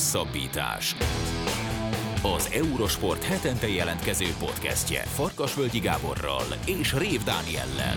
Hosszabbítás. Az Eurosport hetente jelentkező podcastje Farkasvölgyi Gáborral és Rév Dániellel.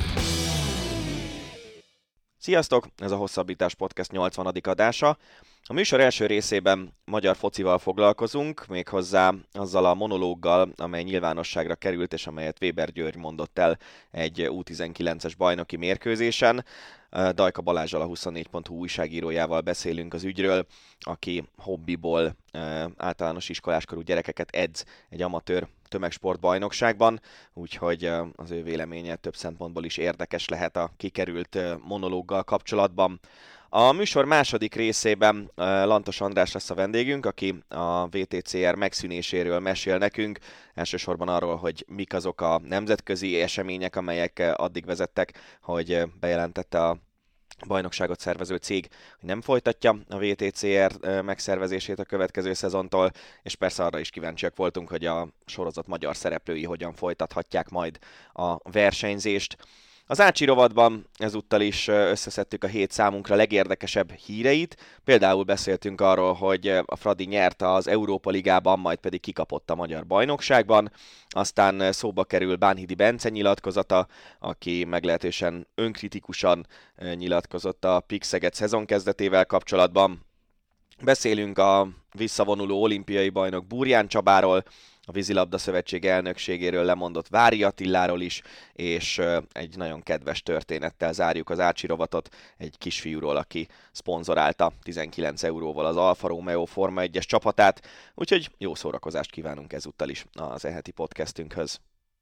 Sziasztok! Ez a Hosszabbítás podcast 80. adása. A műsor első részében magyar focival foglalkozunk, méghozzá azzal a monológgal, amely nyilvánosságra került, és amelyet Weber György mondott el egy U19-es bajnoki mérkőzésen. Dajka Balázsral, a 24.hu újságírójával beszélünk az ügyről, aki hobbiból általános iskoláskorú gyerekeket edz egy amatőr tömegsportbajnokságban, úgyhogy az ő véleménye több szempontból is érdekes lehet a kikerült monológgal kapcsolatban. A műsor második részében Lantos András lesz a vendégünk, aki a VTCR megszűnéséről mesél nekünk, elsősorban arról, hogy mik azok a nemzetközi események, amelyek addig vezettek, hogy bejelentette a bajnokságot szervező cég, hogy nem folytatja a VTCR megszervezését a következő szezontól, és persze arra is kíváncsiak voltunk, hogy a sorozat magyar szereplői hogyan folytathatják majd a versenyzést. Az Ácsi rovatban ezúttal is összeszedtük a hét számunkra legérdekesebb híreit. Például beszéltünk arról, hogy a Fradi nyert az Európa Ligában, majd pedig kikapott a magyar bajnokságban. Aztán szóba kerül Bánhidi Bence nyilatkozata, aki meglehetősen önkritikusan nyilatkozott a PIK Szeged szezonkezdetével kapcsolatban. Beszélünk a visszavonuló olimpiai bajnok Burján Csabáról, a Vízilabda Szövetség elnökségéről lemondott Vári Attiláról is, és egy nagyon kedves történettel zárjuk az Ácsi rovatot egy kisfiúról, aki szponzorálta 19 euróval az Alfa Romeo Forma 1-es csapatát, úgyhogy jó szórakozást kívánunk ezúttal is az eheti podcastünkhöz.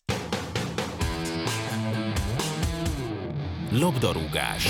Labdarúgás.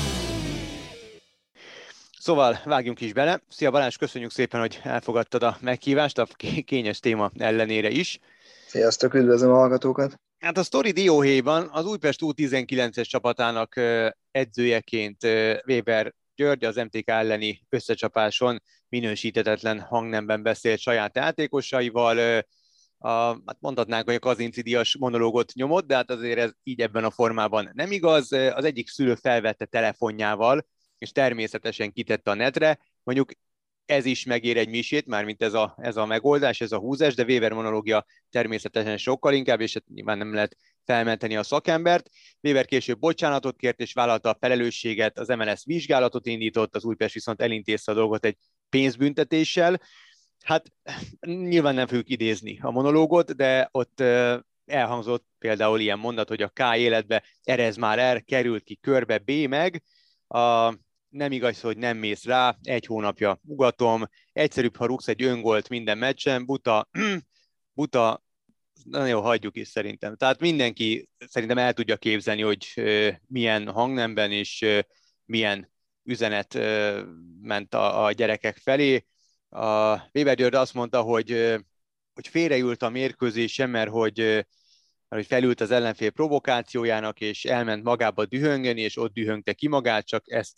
Szóval vágjunk is bele. Szia Balázs, köszönjük szépen, hogy elfogadtad a meghívást, a kényes téma ellenére is. Sziasztok, üdvözlöm a hallgatókat! Hát a sztori dióhéjban az Újpest U19-es csapatának edzőjeként Weber György az MTK elleni összecsapáson minősíthetetlen hangnemben beszélt saját játékosaival. Hát mondhatnánk, hogy a kazincidias monológot nyomott, de hát azért ez így ebben a formában nem igaz. Az egyik szülő felvette telefonjával, és természetesen kitette a netre. Mondjuk ez is megér egy misét, mármint ez a megoldás, ez a húzás, de Weber monológia természetesen sokkal inkább, és nyilván nem lehet felmenteni a szakembert. Weber később bocsánatot kért, és vállalta a felelősséget, az MLS vizsgálatot indított, az Újpest viszont elintézte a dolgot egy pénzbüntetéssel. Hát nyilván nem fogjuk idézni a monológot, de ott elhangzott például ilyen mondat, hogy a K életbe erez már R, került ki körbe B meg, nem igaz, hogy nem mész rá, egy hónapja ugatom, egyszerűbb, ha rúgsz egy öngolt minden meccsen, buta, nagyon jó, hagyjuk is szerintem. Tehát mindenki szerintem el tudja képzelni, hogy milyen hangnemben és milyen üzenet ment a gyerekek felé. A Weber György azt mondta, hogy félreült a mérkőzésen, mert hogy felült az ellenfél provokációjának, és elment magába dühöngeni, és ott dühöngte ki magát, csak ezt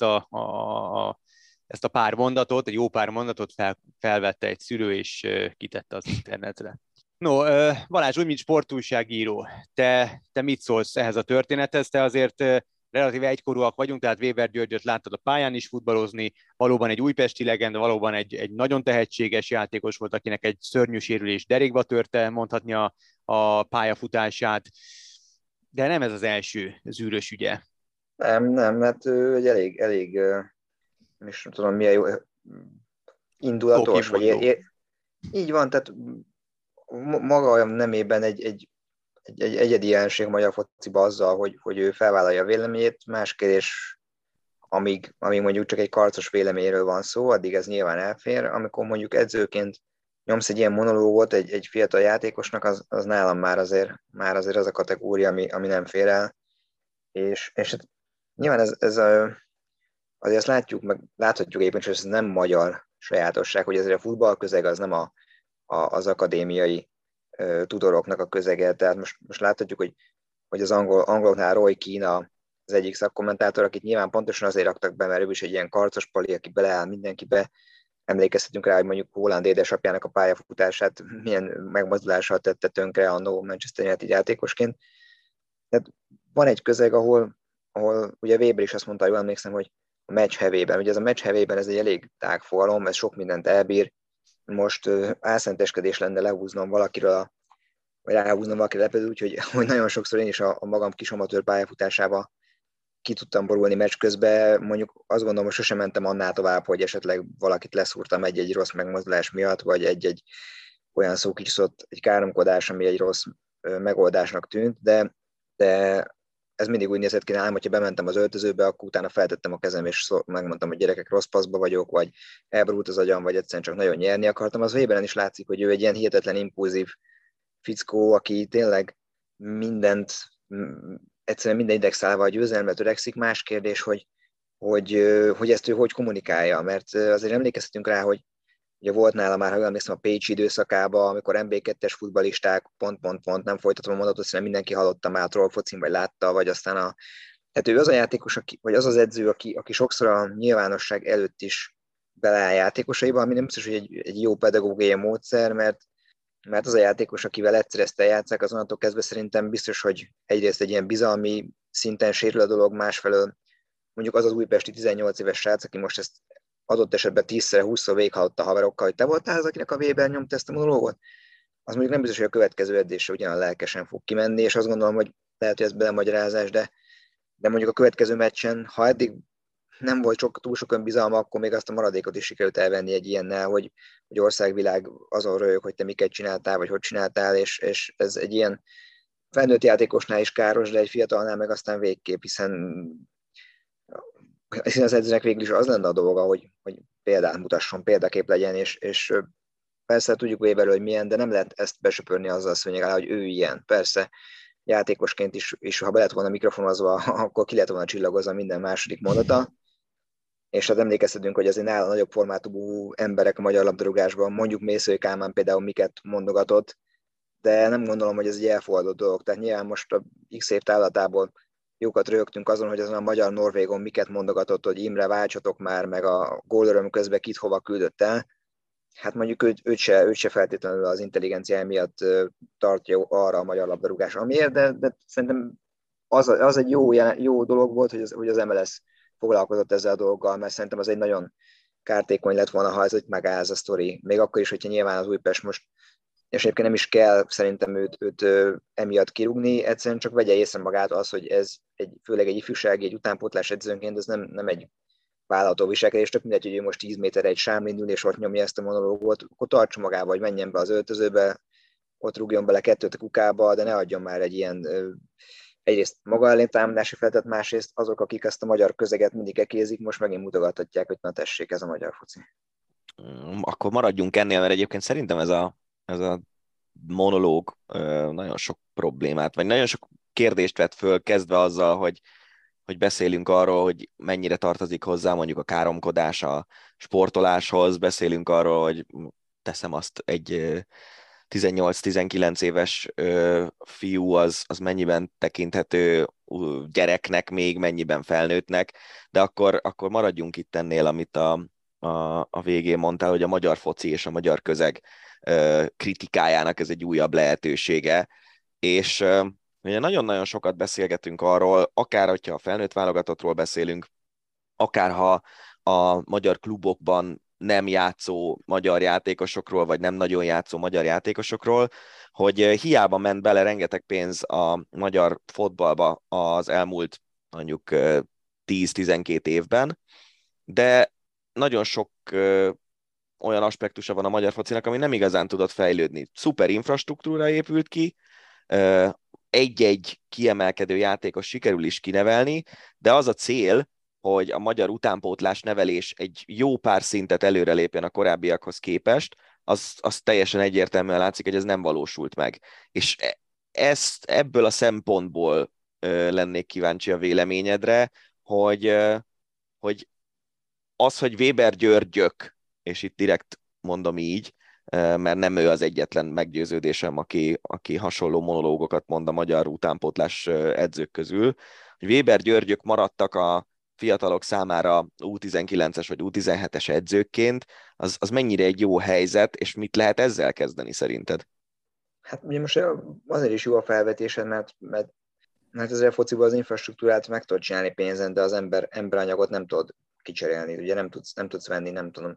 a pár mondatot, egy jó pár mondatot felvette egy szülő, és kitette az internetre. No, Balázs, úgy, mint sportújságíró, te mit szólsz ehhez a történethez? Te azért relatíve egykorúak vagyunk, tehát Weber Györgyöt láttad a pályán is futballozni, valóban egy újpesti legenda, valóban egy nagyon tehetséges játékos volt, akinek egy szörnyű sérülés derékba törte, mondhatni a pályafutását, de nem ez az első zűrös ügye. Nem, mert ő egy elég és nem tudom milyen jó, indulatos, vagy így van, tehát maga nemében egy egyedi jelenség magyar fociba azzal, hogy ő felvállalja a véleményét, más kérdés, amíg mondjuk csak egy karcos véleményről van szó, addig ez nyilván elfér, amikor mondjuk edzőként nyomsz egy ilyen monológot egy fiatal játékosnak, az nálam már azért az a kategória, ami nem fér el. És nyilván ez azért azt láthatjuk éppen, hogy ez nem magyar sajátosság, hogy azért a futballközeg az nem az akadémiai tudoroknak a közege, tehát most láthatjuk, hogy az angoloknál Roy Keane az egyik szakkommentátor, akit nyilván pontosan azért raktak be, mert ő is egy ilyen karcos pali, aki beleáll mindenkibe. Emlékezhetünk rá, hogy mondjuk Haaland édesapjának a pályafutását milyen megmozdulással tette tönkre annó Manchester United játékosként. Tehát van egy közeg, ahol ugye Weber is azt mondta, jól emlékszem, hogy a meccs hevében, ugye ez a meccs hevében ez egy elég tág fogalom, ez sok mindent elbír, most álszenteskedés lenne lehúznom valakiről, vagy ráhúznom valakire lepedőt, úgyhogy hogy nagyon sokszor én is a magam kis amatőr pályafutásába ki tudtam borulni meccs közben. Mondjuk azt gondolom, hogy sosem mentem annál tovább, hogy esetleg valakit leszúrtam egy-egy rossz megmozdulás miatt, vagy egy-egy olyan szókicsisztott, egy káromkodás, ami egy rossz megoldásnak tűnt, de ez mindig úgy nézett ki nálam, hogyha bementem az öltözőbe, akkor utána feltettem a kezem, és megmondtam, hogy gyerekek, rossz paszba vagyok, vagy elborult az agyam, vagy egyszerűen csak nagyon nyerni akartam. Az Weberen is látszik, hogy ő egy ilyen hihetetlen impulzív fickó, aki tényleg mindent, egyszerűen minden idegszálval a győzelemre törekszik. Más kérdés, hogy ezt ő hogy kommunikálja, mert azért emlékeztetünk rá, hogy ugye volt nála már, ha jól emlékszem, a Pécsi időszakában, amikor MB2-es futballisták pont, nem folytatom a mondatot, hiszen mindenki hallotta már a trollfocin, vagy látta, vagy aztán tehát ő az a játékos, vagy az az edző, aki sokszor a nyilvánosság előtt is beleáll játékosaiba, ami nem biztos, hogy egy jó pedagógiai módszer, mert az a játékos, akivel egyszer ezt eljátszák, az onnantól kezdve szerintem biztos, hogy egyrészt egy ilyen bizalmi szinten sérül a dolog, másfelől mondjuk az újpesti 18 éves srác, aki most ezt adott esetben 10-20-szor végighallotta a haverokkal, hogy te voltál az, akinek a Weber nyomta ezt a monológot, az mondjuk nem biztos, hogy a következő edzésre ugyan lelkesen fog kimenni, és azt gondolom, hogy lehet, hogy ez belemagyarázás, de mondjuk a következő meccsen, ha eddig nem volt túl sok önbizalma, akkor még azt a maradékot is sikerült elvenni egy ilyennel, hogy országvilág azon röhög, hogy te miket csináltál, vagy hogy csináltál, és ez egy ilyen felnőtt játékosnál is káros, de egy fiatalnál meg aztán végképp, hiszen az edzőnek végül is az lenne a dolga, hogy példát mutasson, példakép legyen, és persze tudjuk Weberről, hogy milyen, de nem lehet ezt besöpörni azzal a szőnyeg alá, hogy ő ilyen. Persze játékosként is, ha be lett volna mikrofonozva, akkor ki lett volna csillagozva minden második mondata, és hát emlékeztetünk, hogy azért nála nagyobb formátumú emberek a magyar labdarúgásban, mondjuk Mészői Kálmán például miket mondogatott, de nem gondolom, hogy ez egy elfogadott dolog. Tehát nyilván most a X év távlatából jókat röhögtünk azon, hogy azon a magyar-norvégon miket mondogatott, hogy Imre, váltsatok már, meg a gólöröm közben kit hova küldött el. Hát mondjuk őt se feltétlenül az intelligenciája miatt tartja arra a magyar labdarúgás, amiért, de szerintem az egy jó dolog volt, hogy az MLS foglalkozott ezzel a dologgal, mert szerintem az egy nagyon kártékony lett volna, ha ez itt megáll ez a sztori. Még akkor is, hogyha nyilván az Újpest most, és egyébként nem is kell szerintem őt emiatt kirúgni, egyszerűen csak vegye észre magát az, hogy ez főleg egy ifjúsági, egy utánpótlás edzőnként, ez nem egy vállalható viselkedés, tök mindegy, hogy ő most 10 méterre egy sámlin ül, és ott nyomja ezt a monológot, akkor tartsa magába, vagy menjen be az öltözőbe, ott rúgjon bele kettőt a kukába, de ne adjon már egy ilyen egyrészt maga ellen támadási feltet, másrészt azok, akik ezt a magyar közeget mindig ekézik, most megint mutogathatják, hogy na tessék, ez a magyar foci. Akkor maradjunk ennél, mert egyébként szerintem ez a monológ nagyon sok problémát, vagy nagyon sok kérdést vett föl, kezdve azzal, hogy beszélünk arról, hogy mennyire tartozik hozzá mondjuk a káromkodás a sportoláshoz, beszélünk arról, hogy teszem azt, egy 18-19 éves fiú az mennyiben tekinthető gyereknek még, mennyiben felnőttnek, de akkor maradjunk itt ennél, amit a végén mondtál, hogy a magyar foci és a magyar közeg kritikájának ez egy újabb lehetősége, és ugye nagyon-nagyon sokat beszélgetünk arról, akár hogyha a felnőtt válogatottról beszélünk, akár ha a magyar klubokban nem játszó magyar játékosokról, vagy nem nagyon játszó magyar játékosokról, hogy hiába ment bele rengeteg pénz a magyar fotballba az elmúlt mondjuk 10-12 évben, de nagyon sok olyan aspektusa van a magyar focinak, ami nem igazán tudott fejlődni. Szuper infrastruktúra épült ki, egy-egy kiemelkedő játékos sikerül is kinevelni, de az a cél, hogy a magyar utánpótlás nevelés egy jó pár szintet előrelépjen a korábbiakhoz képest, az teljesen egyértelműen látszik, hogy ez nem valósult meg. És ebből a szempontból lennék kíváncsi a véleményedre, hogy az, hogy Weber Györgyök, és itt direkt mondom így, mert nem ő az egyetlen meggyőződésem, aki hasonló monológokat mond a magyar utánpótlás edzők közül, hogy Weber Györgyök maradtak a fiatalok számára U19-es vagy U17-es edzőkként, az mennyire egy jó helyzet, és mit lehet ezzel kezdeni szerinted? Hát ugye most azért is jó a felvetésed, mert ezzel a fociban az infrastruktúrát meg tudod csinálni pénzen, de az emberanyagot nem tudod kicserélni, ugye nem tudsz venni, nem tudom,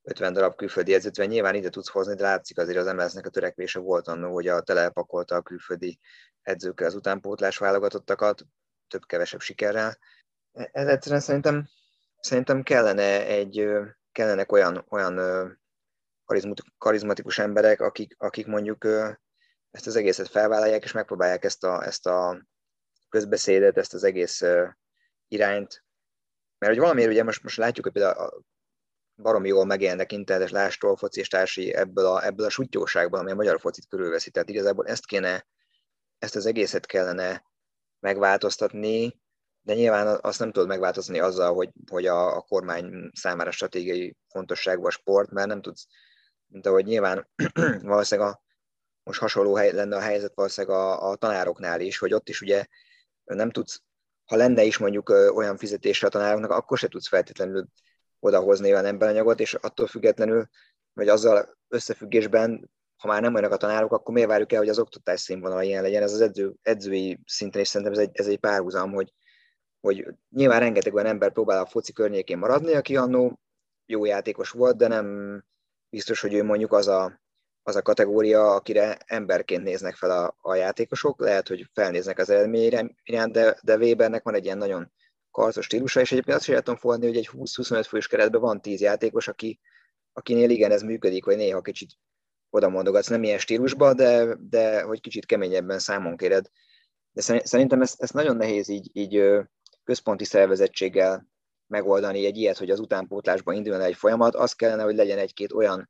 50 darab külföldi edzőt, mert nyilván ide tudsz hozni, de látszik azért az MLS-nek a törekvése volt annó, hogy a telepakolta a külföldi edzőkkel az utánpótlás válogatottakat, több-kevesebb sikerrel. Ez egyszerűen szerintem kellenek olyan karizmatikus emberek, akik mondjuk ezt az egészet felvállalják, és megpróbálják ezt a közbeszédet, ezt az egész irányt. Mert hogy valamiért ugye most látjuk, hogy például baromi jól megjelennek internetes Lástól, foci és társi ebből a suttyóságból, ami a magyar focit körülveszi. Tehát igazából ezt az egészet kellene megváltoztatni, de nyilván azt nem tudod megváltoztatni azzal, hogy a kormány számára stratégiai fontosságú a sport, mert nem tudsz, mint ahogy nyilván valószínűleg most hasonló lenne a helyzet valószínűleg a tanároknál is, hogy ott is ugye nem tudsz, ha lenne is mondjuk olyan fizetésre a tanároknak, akkor se tudsz feltétlenül odahozni olyan emberanyagot, és attól függetlenül, vagy azzal összefüggésben, ha már nem olyanok a tanárok, akkor miért várjuk el, hogy az oktatás színvonala ilyen legyen? Ez az edzői szinten is szerintem ez egy párhuzam, hogy nyilván rengeteg olyan ember próbál a foci környékén maradni, aki annó jó játékos volt, de nem biztos, hogy ő mondjuk az a kategória, akire emberként néznek fel a játékosok. Lehet, hogy felnéznek az eredményre iránt, de Webernek van egy ilyen nagyon karcos stílusa, és egyébként azt is el tudom fogadni, hogy egy 20-25 fős keretben van 10 játékos, akinél igen, ez működik, hogy néha kicsit oda mondogatsz, nem ilyen stílusban, de hogy kicsit keményebben számon kéred. De szerintem ezt nagyon nehéz így központi szervezettséggel megoldani egy ilyet, hogy az utánpótlásban induljon egy folyamat. Az kellene, hogy legyen egy-két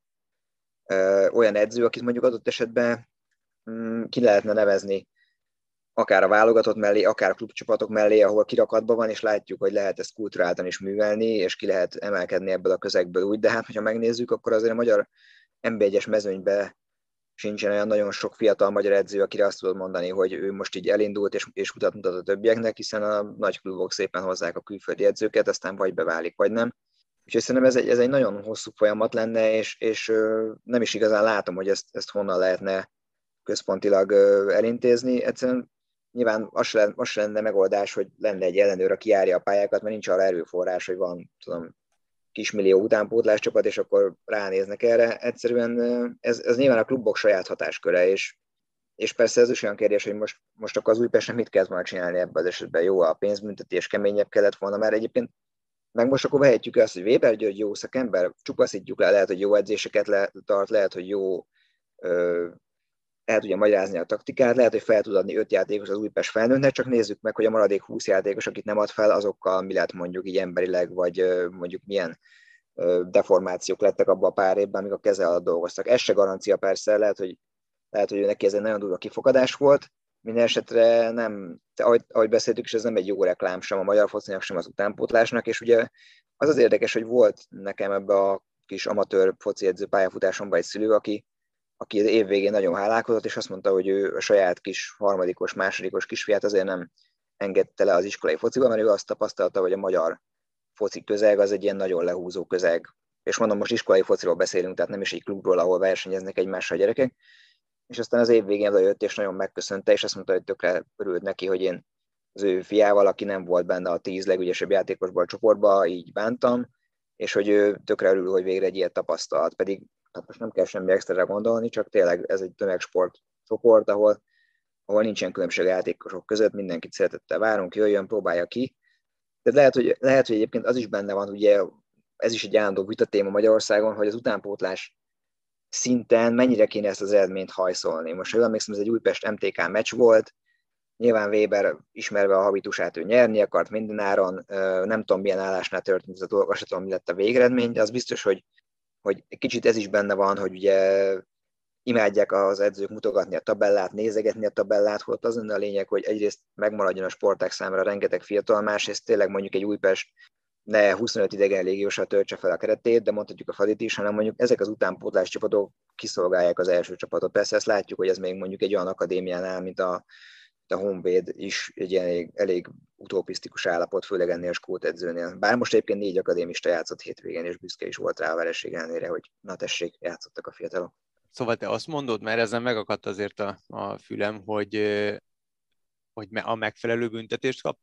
olyan edző, akit mondjuk adott esetben ki lehetne nevezni akár a válogatott mellé, akár a klubcsapatok mellé, ahol kirakatban van, és látjuk, hogy lehet ezt kulturáltan is művelni, és ki lehet emelkedni ebből a közegből úgy, de hát, hogyha megnézzük, akkor azért a magyar NB1-es mezőnyben sincsen olyan nagyon sok fiatal magyar edző, akire azt tudod mondani, hogy ő most így elindult, és mutat a többieknek, hiszen a nagy klubok szépen hozzák a külföldi edzőket, aztán vagy beválik, vagy nem. Úgyhogy szerintem ez egy nagyon hosszú folyamat lenne, és nem is igazán látom, hogy ezt honnan lehetne központilag elintézni. Egyszerűen nyilván az se lenne megoldás, hogy lenne egy ellenőr, aki járja a pályákat, mert nincs arra erőforrás, hogy van, tudom, kismillió utánpótlás csapat, és akkor ránéznek erre. Egyszerűen ez nyilván a klubok saját hatásköre, és persze ez is olyan kérdés, hogy most akkor az Újpestnek mit kellett volna csinálni ebben az esetben. Jó, a pénzbüntetés keményebb kellett volna, mert egyébként meg most akkor vehetjük azt, hogy Weber György jó szakember, csupaszítjuk le, lehet, hogy jó edzéseket tart, lehet, hogy jó el tudja magyarázni a taktikát, lehet, hogy fel tud adni 5 játékos az Újpest felnőttnek, csak nézzük meg, hogy a maradék 20 játékos, akit nem ad fel, azokkal mi lett mondjuk így emberileg, vagy mondjuk milyen deformációk lettek abban a pár évben, amíg a keze alatt dolgoztak. Ez se garancia persze, lehet, hogy neki ez egy nagyon durva kifogás volt, minden esetre nem, ahogy beszéltük, és ez nem egy jó reklám sem a magyar focinak, sem az utánpótlásnak, és ugye az érdekes, hogy volt nekem ebbe a kis amatőr foci edző pályafutásomban egy szülő, aki az év végén nagyon hálálkozott, és azt mondta, hogy ő a saját kis harmadikos, másodikos kisfiát azért nem engedte le az iskolai fociba, mert ő azt tapasztalta, hogy a magyar foci közeg az egy ilyen nagyon lehúzó közeg. És mondom, most iskolai fociról beszélünk, tehát nem is egy klubról, ahol versenyeznek egymással a gyerekek. És aztán az év végén odajött, és nagyon megköszönte, és azt mondta, hogy tökre örült neki, hogy én az ő fiával, aki nem volt benne a 10 legügyesebb játékosból a csoportban, így bántam, és hogy ő tökre örül, hogy végre egy ilyet tapasztalt. Pedig hát most nem kell semmi extra gondolni, csak tényleg ez egy tömegsport csoport, ahol nincsen különbség a játékosok között, mindenkit szeretettel várunk, jöjjön, próbálja ki. De lehet, hogy egyébként az is benne van, ugye ez is egy állandó vitatéma Magyarországon, hogy az utánpótlás szinten mennyire kéne ezt az eredményt hajszolni. Most, ha jól emlékszem, ez egy Újpest MTK meccs volt, nyilván Weber ismerve a habitusát, ő nyerni akart mindenáron, nem tudom milyen állásnál történt ez a dolog, azt sem tudom, mi lett a végeredmény, de az biztos, hogy egy kicsit ez is benne van, hogy ugye imádják az edzők mutogatni a tabellát, nézegetni a tabellát, holott az lenne a lényeg, hogy egyrészt megmaradjon a sportág számára rengeteg fiatal, másrészt tényleg mondjuk egy Újpest ne 25 idegen légiósra töltse fel a keretét, de mondhatjuk a Fadit is, hanem mondjuk ezek az utánpótlás csapatok kiszolgálják az első csapatot. Persze ezt látjuk, hogy ez még mondjuk egy olyan akadémiánál, mint a Honvéd is egy elég utopisztikus állapot, főleg ennél a skót edzőnél. Bár most egyébként 4 akadémista játszott hétvégén, és büszke is volt rá a vereség ellenére, hogy na tessék, játszottak a fiatalok. Szóval te azt mondod, mert ezen megakadt azért a fülem, hogy a megfelelő büntetést kapta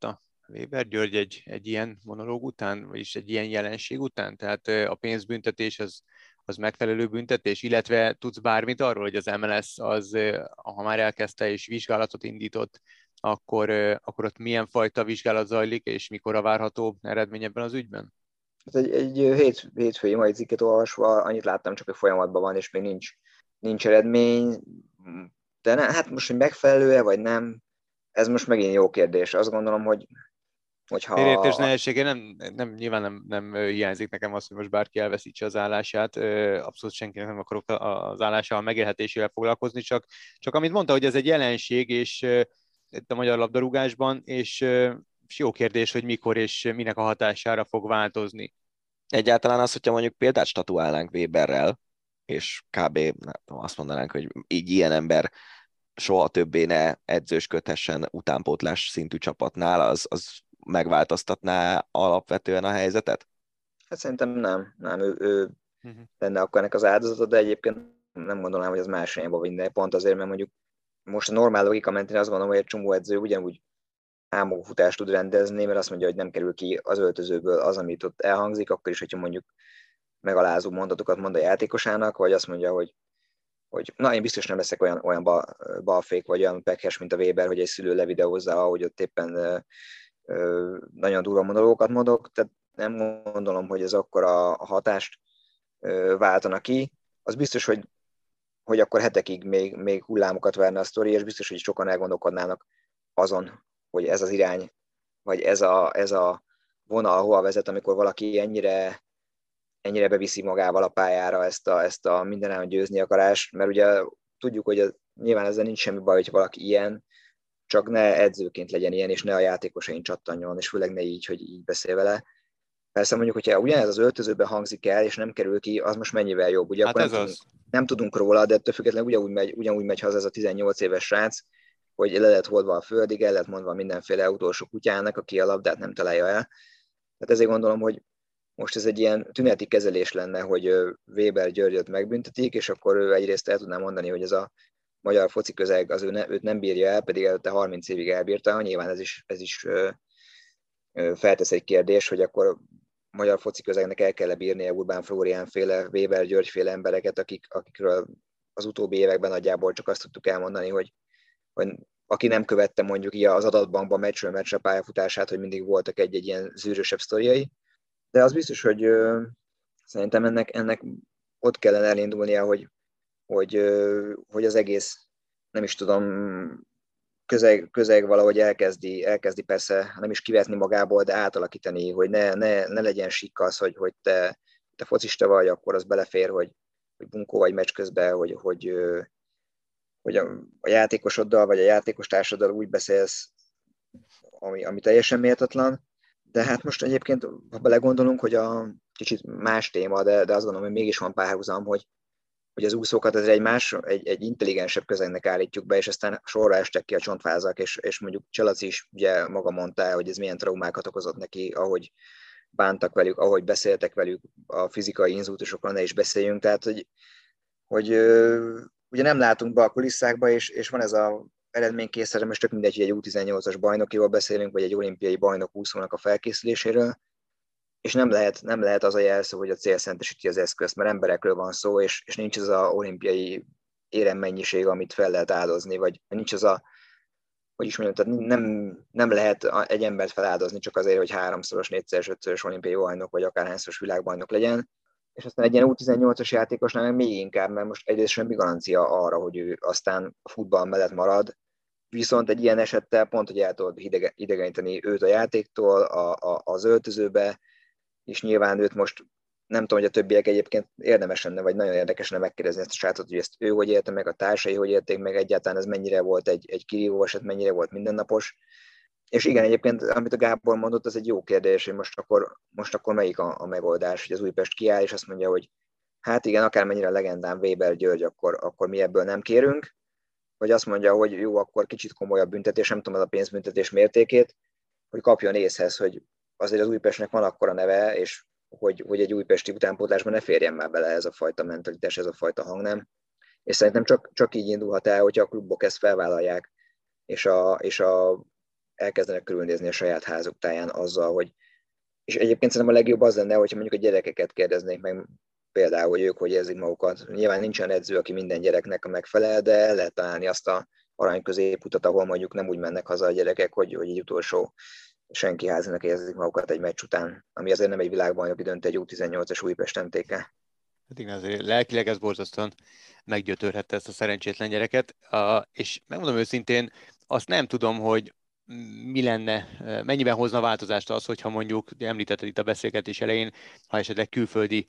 Weber György egy ilyen monológ után, vagyis egy ilyen jelenség után? Tehát a pénzbüntetés az megfelelő büntetés, illetve tudsz bármit arról, hogy az MLS az, ha már elkezdte és vizsgálatot indított, akkor ott milyen fajta vizsgálat zajlik, és mikor a várható eredmény ebben az ügyben? Hát egy hétfői mai cikket olvasva annyit láttam csak, hogy folyamatban van, és még nincs eredmény. De hát most, hogy megfelelő-e, vagy nem, ez most megint jó kérdés. Azt gondolom, hogyha... Félreértés ne essék, én nyilván nem hiányzik nekem az, hogy most bárki elveszítse az állását, abszolút senkinek nem akarok az állásával megélhetésével foglalkozni, csak amit mondta, hogy ez egy jelenség, és itt a magyar labdarúgásban, és jó kérdés, hogy mikor és minek a hatására fog változni. Egyáltalán az, hogyha mondjuk példát statuálnánk Weberrel, és kb. Nem tudom, azt mondanánk, hogy így ilyen ember soha többé ne edzősködhessen utánpótlás szintű csapatnál, az megváltoztatná alapvetően a helyzetet? Hát szerintem nem ő lenne akkor ennek az áldozata, de egyébként nem gondolnám, hogy az más irányba vinne. Pont azért, mert mondjuk most a normál logika mentén azt gondolom, hogy egy csomó edző ugyanúgy álmokfutást tud rendezni, mert azt mondja, hogy nem kerül ki az öltözőből az, amit ott elhangzik, akkor is, hogyha mondjuk megalázó mondatokat mond a játékosának, vagy azt mondja, hogy na, én biztos nem leszek olyan balfék, vagy olyan pekhes, mint a Weber, hogy egy szülő levideózza, ahogy ott éppen nagyon durva monológokat mondok, tehát nem gondolom, hogy ez akkor a hatást váltana ki. Az biztos, hogy akkor hetekig még hullámokat verne a sztori, és biztos, hogy sokan elgondolkodnának azon, hogy ez az irány, vagy ez a vonal hova vezet, amikor valaki ennyire beviszi magával a pályára ezt a mindenáron győzni akarást, mert ugye tudjuk, hogy nyilván ezzel nincs semmi baj, hogy valaki ilyen, csak ne edzőként legyen ilyen, és ne a játékosain csattanjon, és főleg ne így, hogy így beszél vele. Persze mondjuk, hogyha ugyanez az öltözőben hangzik el, és nem kerül ki, az most mennyivel jobb. Ugye Hát akkor nem tudunk róla, de ettől függetlenül ugyanúgy megy haza ez a 18 éves srác, hogy le lett hordva a földig, el lett mondva mindenféle utolsó kutyának, aki a labdát nem találja el. Tehát ezért gondolom, hogy most ez egy ilyen tüneti kezelés lenne, hogy Weber Györgyöt megbüntetik, és akkor ő egyrészt el tudná mondani, hogy ez a magyar foci közeg őt nem bírja el, pedig előtte 30 évig elbírta. Nyilván ez is feltesz egy kérdés, hogy akkor a magyar foci közegnek el kell bírnia Urbán Flórián féle, Weber György féle embereket, akikről az utóbbi években nagyjából csak azt tudtuk elmondani, hogy aki nem követte mondjuk az adatbankban meccsről meccsre pályafutását, hogy mindig voltak egy ilyen zűrösebb sztoriai. De az biztos, hogy szerintem ennek ott kellene elindulnia, hogy az egész, nem is tudom, közeg valahogy elkezdi persze nem is kivetni magából, de átalakítani, hogy ne legyen sikk az, hogy te focista vagy, akkor az belefér, hogy bunkó vagy meccs közben, hogy a játékosoddal vagy a játékostársaddal úgy beszélsz, ami teljesen méltatlan. De hát most egyébként, ha belegondolunk, hogy a kicsit más téma, de azt gondolom, hogy mégis van párhuzam, hogy az úszókat egy intelligensebb közegnek állítjuk be, és aztán sorra estek ki a csontvázak, és mondjuk Cselaci is ugye maga mondta, hogy ez milyen traumákat okozott neki, ahogy bántak velük, ahogy beszéltek velük, a fizikai inzultusokról ne is beszéljünk, tehát hogy ugye nem látunk be a kulisszákba, és van ez a eredménykészletem, most tök mindegy, hogy egy U18-as bajnokiról beszélünk, vagy egy olimpiai bajnok úszónak a felkészüléséről, és nem lehet az a jelszó, hogy a cél szentesíti az eszközt, mert emberekről van szó, és nincs az a olimpiai éremmennyiség, amit fel lehet áldozni, vagy nincs az a, hogy is mondjam, tehát nem lehet egy embert feláldozni csak azért, hogy 3-szoros, 4-szeres, 5-szörös olimpiai bajnok, vagy akárhányszoros világbajnok legyen. És aztán egy ilyen U18-as játékosnál meg még inkább, mert most egyrészt semmi garancia arra, hogy ő aztán a futball mellett marad, viszont egy ilyen esettel pont, hogy el tudod idegeníteni őt a játéktól, az öltözőbe, és nyilván őt most nem tudom, hogy a többiek egyébként érdemes lenne, vagy nagyon érdekes lenne megkérdezni ezt a srácot, hogy ezt ő hogy élte meg, a társai hogy élték meg, egyáltalán ez mennyire volt egy kirívó eset, mennyire volt mindennapos. És igen, egyébként, amit a Gábor mondott, az egy jó kérdés, hogy most akkor melyik a megoldás, hogy az Újpest kiáll, és azt mondja, hogy hát igen, akármennyire a legendám Weber György, akkor mi ebből nem kérünk, vagy azt mondja, hogy jó, akkor kicsit komolyabb büntetés, nem tudom az a pénzbüntetés mértékét, hogy kapjon észhez, hogy azért az Újpestnek van akkora neve, és hogy egy újpesti utánpótlásban ne férjen már bele ez a fajta mentalitás, ez a fajta hangnem. És szerintem csak így indulhat el, hogyha a klubok ezt felvállalják, és a elkezdenek körülnézni a saját házuk táján azzal, hogy és egyébként szerintem a legjobb az lenne, hogyha mondjuk a gyerekeket kérdeznék meg például, hogy ők hogy érzik magukat. Nyilván nincsen edző, aki minden gyereknek megfelel, de el lehet találni azt a arany középutat, ahol mondjuk nem úgy mennek haza a gyerekek, hogy egy utolsó senki házinak érzik magukat egy meccs után, ami azért nem egy világbajnoki döntő, egy U18-as Újpest MTK. Hát igen, azért lelkileg ez borzasztóan meggyötörhette ezt a szerencsétlen gyereket, és megmondom őszintén, azt nem tudom, hogy mi lenne, mennyiben hozna változást az, hogyha mondjuk, említetted itt a beszélgetés elején, ha esetleg külföldi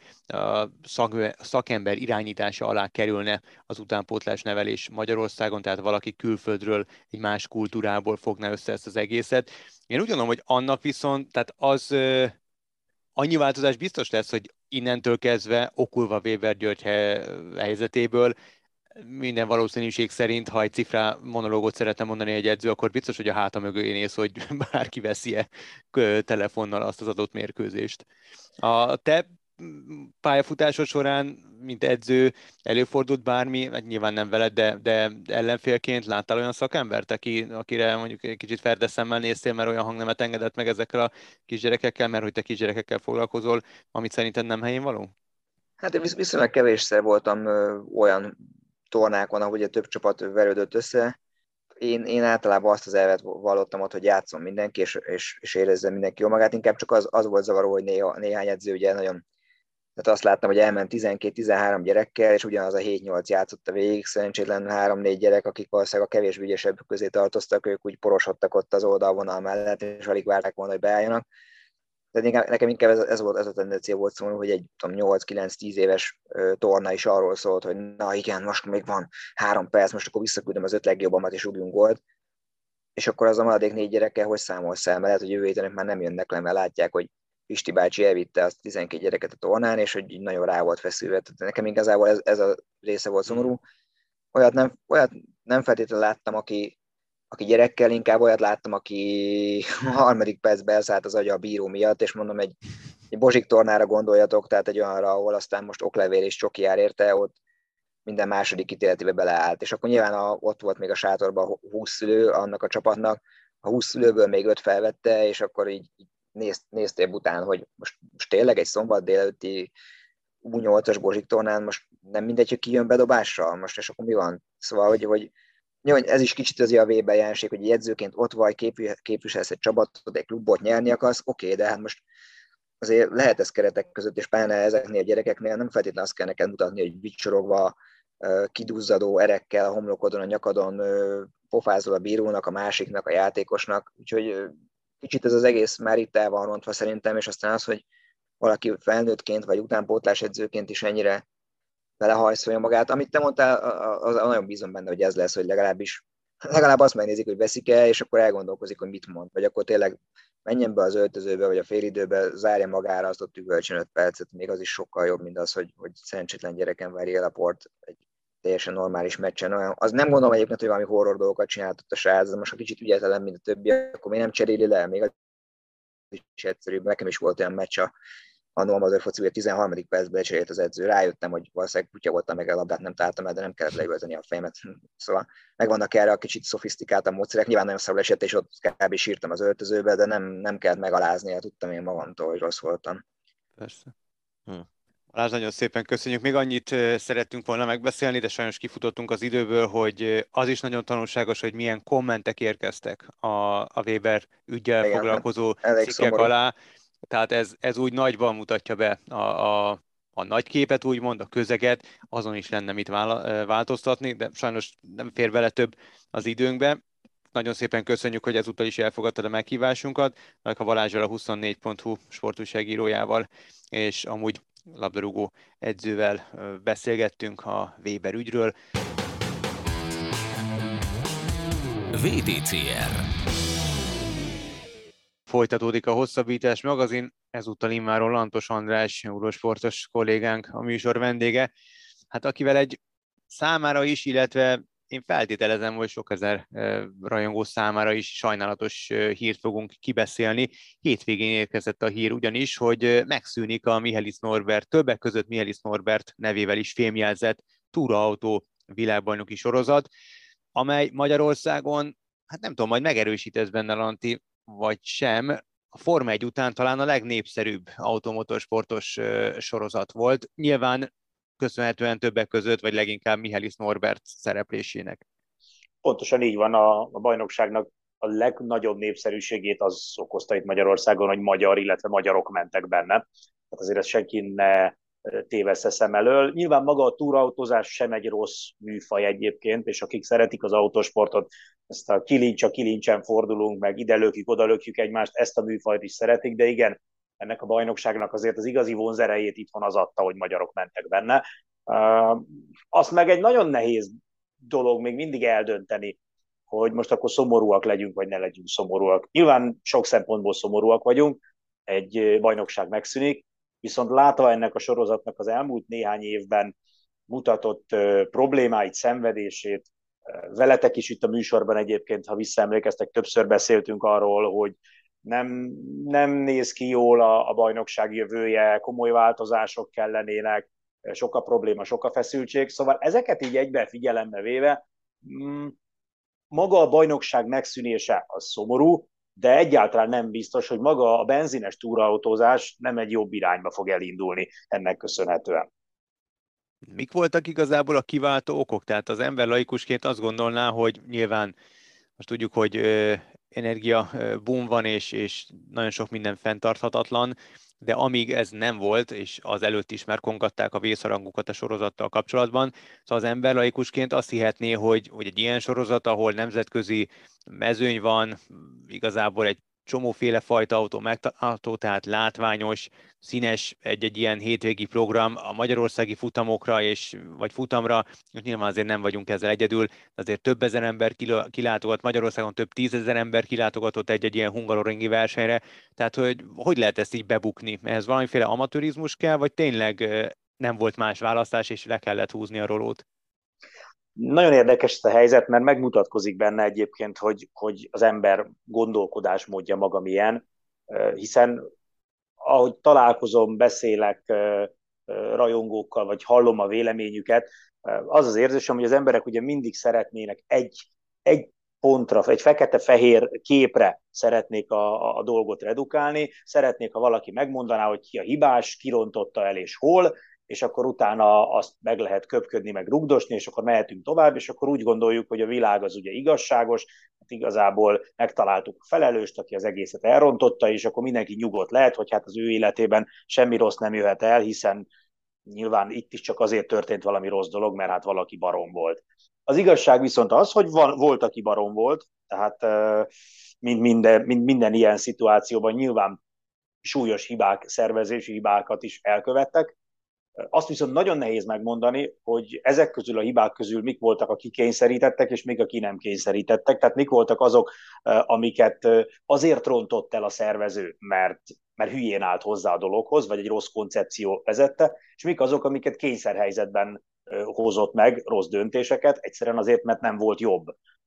szakember irányítása alá kerülne az utánpótlás nevelés Magyarországon, tehát valaki külföldről, egy más kultúrából fogná össze ezt az egészet. Én úgy gondolom, hogy annak viszont, tehát az annyi változás biztos lesz, hogy innentől kezdve okulva Weber György helyzetéből minden valószínűség szerint, ha egy cifrá monológot szeretne mondani egy edző, akkor biztos, hogy a háta mögé néz, hogy bárki veszi-e telefonnal azt az adott mérkőzést. A te pályafutásod során, mint edző, előfordult bármi, hát nyilván nem veled, de ellenfélként láttál olyan szakembert, akire mondjuk egy kicsit ferde szemmel néztél, mert olyan hangnemet engedett meg ezekkel a kisgyerekekkel, mert hogy te kisgyerekekkel foglalkozol, amit szerinted nem helyén való? Hát én viszonylag kevésszer voltam olyan tornákon, ahogy a több csapat verődött össze. Én általában azt az elvet vallottam ott, hogy játszom mindenki, és érezze mindenki jól magát. Inkább csak az volt zavaró, hogy néhány edző ugye nagyon... Tehát azt láttam, hogy elment 12-13 gyerekkel, és ugyanaz a 7-8 játszotta végig. Szerencsétlen 3-4 gyerek, akik valószínűleg a kevésbé ügyesebb közé tartoztak, ők úgy porosodtak ott az oldalvonal mellett, és alig várták volna, hogy beálljanak. De nekem inkább ez a tendencia volt szólni, hogy egy 8-9-10 éves torna is arról szólt, hogy na igen, most még van 3 perc, most akkor visszaküldöm az 5 legjobbamat, és rúgjunk gólt. És akkor az a maradék 4 gyerekkel hogy számolsz el, mert lehet, hogy jövő héten már nem jönnek le, mert látják, hogy Pisti bácsi elvitte azt 12 gyereket a tornán, és hogy nagyon rá volt feszülve. Tehát nekem igazából ez a része volt szomorú. Olyat nem feltétlenül láttam, aki gyerekkel, inkább olyat láttam, aki a 3. percben elszállt az agya a bíró miatt, és mondom, egy Bozsik tornára gondoljatok, tehát egy olyanra, ahol aztán most oklevél és csoki jár érte, ott minden második ítéletébe beleállt. És akkor nyilván ott volt még a sátorban 20 szülő annak a csapatnak, a 20 szülőből még 5 felvette, és akkor így néztél után, hogy most tényleg egy szombat délelőtti U8-as Bozsik tornán most nem mindegy, hogy ki jön bedobással most, és akkor mi van? Szóval, hogy ez is kicsit az a Weber jelenség, hogy egy edzőként ott vagy, képviselsz egy csapatot, egy klubot, nyerni akarsz, oké, de hát most azért lehet ez keretek között, és pláne ezeknél a gyerekeknél nem feltétlenül azt kell neked mutatni, hogy vicsorogva, kiduzzadó erekkel a homlokodon, a nyakadon pofázol a bírónak, a másiknak, a játékosnak, úgyhogy kicsit ez az egész már itt el van rontva szerintem, és aztán az, hogy valaki felnőttként vagy utánpótlás edzőként is ennyire belehajszolja magát. Amit te mondtál, az nagyon bízom benne, hogy ez lesz, hogy legalább azt megnézik, hogy veszik-e, és akkor elgondolkozik, hogy mit mond. Vagy akkor tényleg menjen be az öltözőbe, vagy a félidőbe, zárja magára azt ott üvölcsön 5 percet. Még az is sokkal jobb, mint az, hogy szerencsétlen gyereken várja a port egy teljesen normális meccsen. Az nem gondolom egyébként, hogy valami horror dolgokat csináltott a srác, de most ha kicsit ügyetlen, mint a többi, akkor még nem cseréli le, még az is egyszerűbb. Nekem is volt olyan meccs a Amatőr foci, hogy a 13. percben cserélt az edző. Rájöttem, hogy valószínűleg kutya voltam, meg a labdát nem találtam el, de nem kellett leüvölteni a fejemet. Szóval megvannak erre a kicsit szofisztikáltabb módszerek. Nyilván nagyon szarul esett, és ott kb. Sírtam az öltözőbe, de nem kellett megalázni, tudtam én magamtól, hogy rossz voltam. Persze. Balázs, nagyon szépen köszönjük. Még annyit szerettünk volna megbeszélni, de sajnos kifutottunk az időből, hogy az is nagyon tanulságos, hogy milyen kommentek érkeztek a Weber üggyel foglalkozó cikkek alá. Tehát ez úgy nagyban mutatja be a nagy képet, úgymond, a közeget, azon is lenne mit változtatni, de sajnos nem fér bele több az időnkbe. Nagyon szépen köszönjük, hogy ezúttal is elfogadtad a meghívásunkat, a Balázsral, a 24.hu sportújságírójával, és amúgy labdarúgó edzővel beszélgettünk a Weber ügyről. VTCR. Folytatódik a Hosszabbítás magazin, ezúttal immáron Lantos András, Eurosportos kollégánk, a műsor vendége. Hát akivel egy számára is, illetve én feltételezem, hogy sok ezer rajongó számára is sajnálatos hírt fogunk kibeszélni. Hétvégén érkezett a hír ugyanis, hogy megszűnik a Michelis Norbert, többek között Michelis Norbert nevével is fémjelzett túraautó világbajnoki sorozat, amely Magyarországon hát nem tudom, majd megerősítesz benne, Lanti, vagy sem, a Forma 1 után talán a legnépszerűbb automotorsportos sorozat volt. Nyilván köszönhetően többek között, vagy leginkább Michaelis Norbert szereplésének. Pontosan így van, a bajnokságnak a legnagyobb népszerűségét az okozta itt Magyarországon, hogy magyar, illetve magyarok mentek benne. Tehát azért ezt senki ne tévessze szem elől. Nyilván maga a túrautózás sem egy rossz műfaj egyébként, és akik szeretik az autósportot, ezt a kilincsen fordulunk, meg ide lökjük, oda lökjük egymást, ezt a műfajt is szeretik, de igen, ennek a bajnokságnak azért az igazi vonzerejét itthon az adta, hogy magyarok mentek benne. Azt meg egy nagyon nehéz dolog még mindig eldönteni, hogy most akkor szomorúak legyünk, vagy ne legyünk szomorúak. Nyilván sok szempontból szomorúak vagyunk, egy bajnokság megszűnik, viszont látva ennek a sorozatnak az elmúlt néhány évben mutatott problémáit, szenvedését, veletek is itt a műsorban egyébként, ha visszaemlékeztek, többször beszéltünk arról, hogy nem néz ki jól a bajnokság jövője, komoly változások kellenének, sok a probléma, sok a feszültség, szóval ezeket így egyben figyelembe véve, maga a bajnokság megszűnése az szomorú, de egyáltalán nem biztos, hogy maga a benzines túrautózás nem egy jobb irányba fog elindulni ennek köszönhetően. Mik voltak igazából a kiváltó okok? Tehát az ember laikusként azt gondolná, hogy nyilván most tudjuk, hogy energia boom van, és nagyon sok minden fenntarthatatlan, de amíg ez nem volt, és az előtt is már kongatták a vészharangukat a sorozattal kapcsolatban, szóval az ember laikusként azt hihetné, hogy egy ilyen sorozat, ahol nemzetközi mezőny van, igazából egy csomóféle fajta autó megtalálható, tehát látványos, színes egy ilyen hétvégi program a magyarországi futamokra vagy futamra, nyilván azért nem vagyunk ezzel egyedül, de azért több ezer ember kilátogat, Magyarországon több 10 000 ember kilátogatott egy ilyen hungaroringi versenyre, tehát hogy lehet ezt így bebukni? Ehhez valamiféle amatőrizmus kell, vagy tényleg nem volt más választás, és le kellett húzni a rolót? Nagyon érdekes ez a helyzet, mert megmutatkozik benne egyébként, hogy az ember gondolkodásmódja maga milyen, hiszen ahogy találkozom, beszélek rajongókkal, vagy hallom a véleményüket, az az érzésem, hogy az emberek ugye mindig szeretnének egy pontra, egy fekete-fehér képre szeretnék a dolgot redukálni, szeretnék, ha valaki megmondaná, hogy ki a hibás, ki rontotta el és hol, és akkor utána azt meg lehet köpködni, meg rugdosni, és akkor mehetünk tovább, és akkor úgy gondoljuk, hogy a világ az ugye igazságos, hát igazából megtaláltuk a felelőst, aki az egészet elrontotta, és akkor mindenki nyugodt lehet, hogy hát az ő életében semmi rossz nem jöhet el, hiszen nyilván itt is csak azért történt valami rossz dolog, mert hát valaki barom volt. Az igazság viszont az, hogy volt, aki barom volt, tehát minden ilyen szituációban nyilván súlyos hibák, szervezési hibákat is elkövettek. Azt viszont nagyon nehéz megmondani, hogy ezek közül a hibák közül mik voltak, akik kényszerítettek, és mik, akik nem kényszerítettek. Tehát mik voltak azok, amiket azért rontott el a szervező, mert hülyén állt hozzá a dologhoz, vagy egy rossz koncepció vezette, és mik azok, amiket kényszerhelyzetben hozott meg, rossz döntéseket, egyszerűen azért, mert nem volt jobb.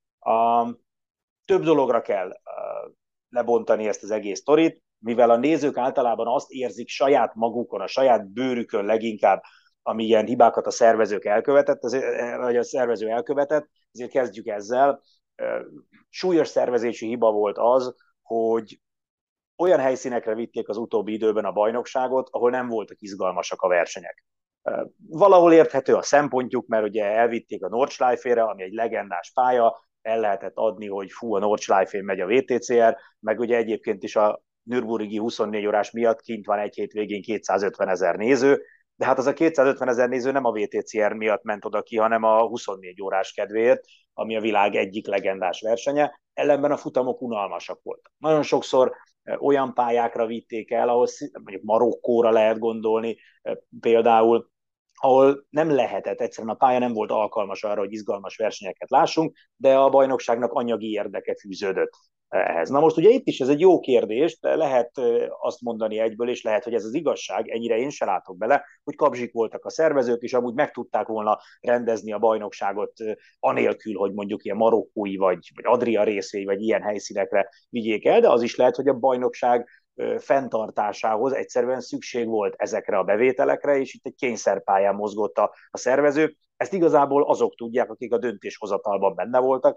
Több dologra kell lebontani ezt az egész sztorit, mivel a nézők általában azt érzik saját magukon, a saját bőrükön leginkább, ami ilyen hibákat a szervezők elkövetett, vagy a szervező elkövetett, ezért kezdjük ezzel. Súlyos szervezési hiba volt az, hogy olyan helyszínekre vitték az utóbbi időben a bajnokságot, ahol nem voltak izgalmasak a versenyek. Valahol érthető a szempontjuk, mert ugye elvitték a Nordschleife-re, ami egy legendás pálya, el lehetett adni, hogy a Nordschleife-n megy a VTCR, meg ugye egyébként is a Nürburgringi 24 órás miatt kint van egy hétvégén 250 000 néző, de hát az a 250 000 néző nem a VTCR miatt ment oda ki, hanem a 24 órás kedvéért, ami a világ egyik legendás versenye, ellenben a futamok unalmasak voltak. Nagyon sokszor olyan pályákra vitték el, ahol mondjuk Marokkóra lehet gondolni például, ahol nem lehetett, egyszerűen a pálya nem volt alkalmas arra, hogy izgalmas versenyeket lássunk, de a bajnokságnak anyagi érdeke fűződött ehhez. Na most ugye itt is ez egy jó kérdés, de lehet azt mondani egyből, és lehet, hogy ez az igazság, ennyire én se látok bele, hogy kapzsik voltak a szervezők, és amúgy meg tudták volna rendezni a bajnokságot anélkül, hogy mondjuk ilyen marokkói, vagy Adria részvény, vagy ilyen helyszínekre vigyék el, de az is lehet, hogy a bajnokság fenntartásához egyszerűen szükség volt ezekre a bevételekre, és itt egy kényszerpályán mozgott a szervező. Ezt igazából azok tudják, akik a döntéshozatalban benne voltak,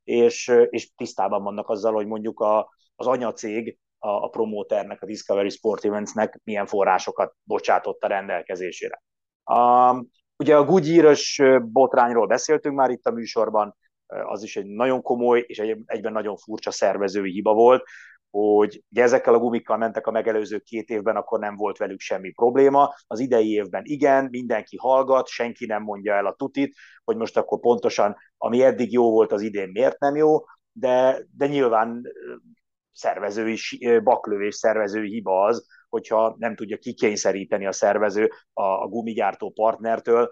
és tisztában vannak azzal, hogy mondjuk az anyacég, a promóternek, a Discovery Sport Eventsnek milyen forrásokat bocsátott a rendelkezésére. Ugye a Goodyear-ös botrányról beszéltünk már itt a műsorban, az is egy nagyon komoly és egyben nagyon furcsa szervezői hiba volt, hogy ugye ezekkel a gumikkal mentek a megelőző 2 évben, akkor nem volt velük semmi probléma. Az idei évben igen, mindenki hallgat, senki nem mondja el a tutit, hogy most akkor pontosan, ami eddig jó volt, az idén miért nem jó, de nyilván baklövés szervezői hiba az, hogyha nem tudja kikényszeríteni a szervező a gumigyártó partnertől,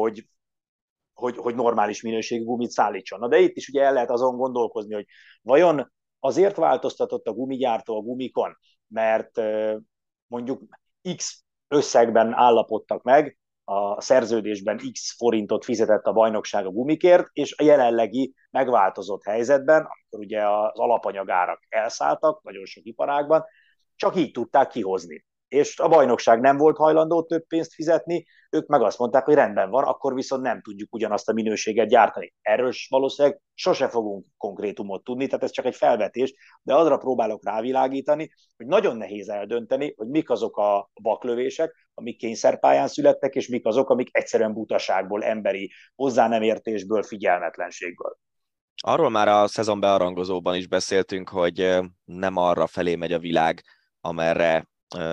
hogy normális minőségű gumit szállítson. Na de itt is ugye el lehet azon gondolkozni, hogy vajon azért változtatott a gumigyártó a gumikon, mert mondjuk X összegben állapodtak meg, a szerződésben X forintot fizetett a bajnokság a gumikért, és a jelenlegi megváltozott helyzetben, amikor ugye az alapanyagárak elszálltak nagyon sok iparágban, csak így tudták kihozni. És a bajnokság nem volt hajlandó több pénzt fizetni, ők meg azt mondták, hogy rendben van, akkor viszont nem tudjuk ugyanazt a minőséget gyártani. Erről valószínűleg sose fogunk konkrétumot tudni, tehát ez csak egy felvetés, de azra próbálok rávilágítani, hogy nagyon nehéz eldönteni, hogy mik azok a baklövések, amik kényszerpályán születtek, és mik azok, amik egyszerűen butaságból, emberi hozzá nem értésből, figyelmetlenségből. Arról már a szezon bearangozóban is beszéltünk, hogy nem arra felé megy a világ, amerre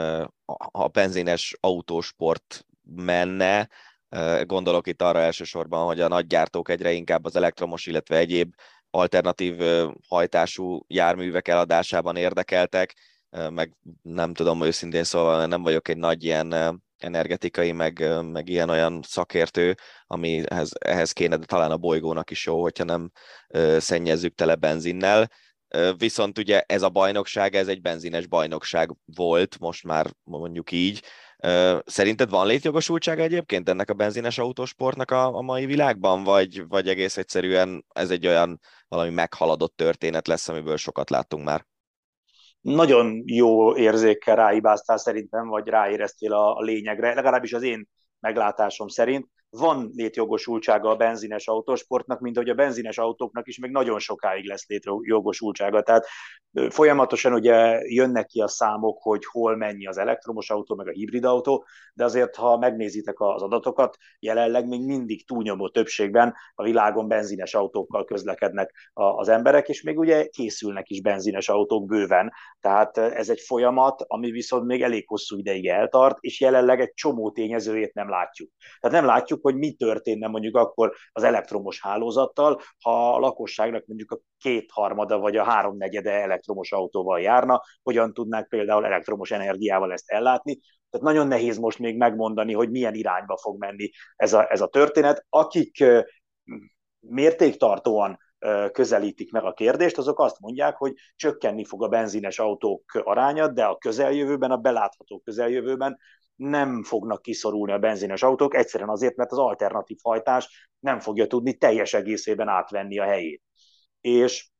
a benzines autósport menne. Gondolok itt arra elsősorban, hogy a nagygyártók egyre inkább az elektromos, illetve egyéb alternatív hajtású járművek eladásában érdekeltek, meg nem tudom őszintén szólva, nem vagyok egy nagy ilyen energetikai, meg ilyen-olyan szakértő, ami ehhez kéne, de talán a bolygónak is jó, hogyha nem szennyezzük tele benzinnel. Viszont ugye ez a bajnokság, ez egy benzines bajnokság volt, most már mondjuk így. Szerinted van létjogosultsága egyébként ennek a benzines autósportnak a mai világban, vagy egész egyszerűen ez egy olyan valami meghaladott történet lesz, amiből sokat láttunk már? Nagyon jó érzékkel ráhibáztál szerintem, vagy ráéreztél a lényegre, legalábbis az én meglátásom szerint. Van létjogosultsága a benzines autósportnak, mint hogy a benzines autóknak is még nagyon sokáig lesz létjogosultsága. Tehát folyamatosan ugye jönnek ki a számok, hogy hol mennyi az elektromos autó, meg a hibrid autó, de azért, ha megnézitek az adatokat, jelenleg még mindig túlnyomó többségben a világon benzines autókkal közlekednek az emberek, és még ugye készülnek is benzines autók bőven. Tehát ez egy folyamat, ami viszont még elég hosszú ideig eltart, és jelenleg egy csomó tényezőjét nem látjuk. Tehát nem látjuk, hogy mi történne mondjuk akkor az elektromos hálózattal, ha a lakosságnak mondjuk a 2/3 vagy a 3/4 elektromos autóval járna, hogyan tudnák például elektromos energiával ezt ellátni. Tehát nagyon nehéz most még megmondani, hogy milyen irányba fog menni ez a történet. Akik mértéktartóan közelítik meg a kérdést, azok azt mondják, hogy csökkenni fog a benzines autók aránya, de a közeljövőben, a belátható közeljövőben nem fognak kiszorulni a benzines autók, egyszerűen azért, mert az alternatív hajtás nem fogja tudni teljes egészében átvenni a helyét. És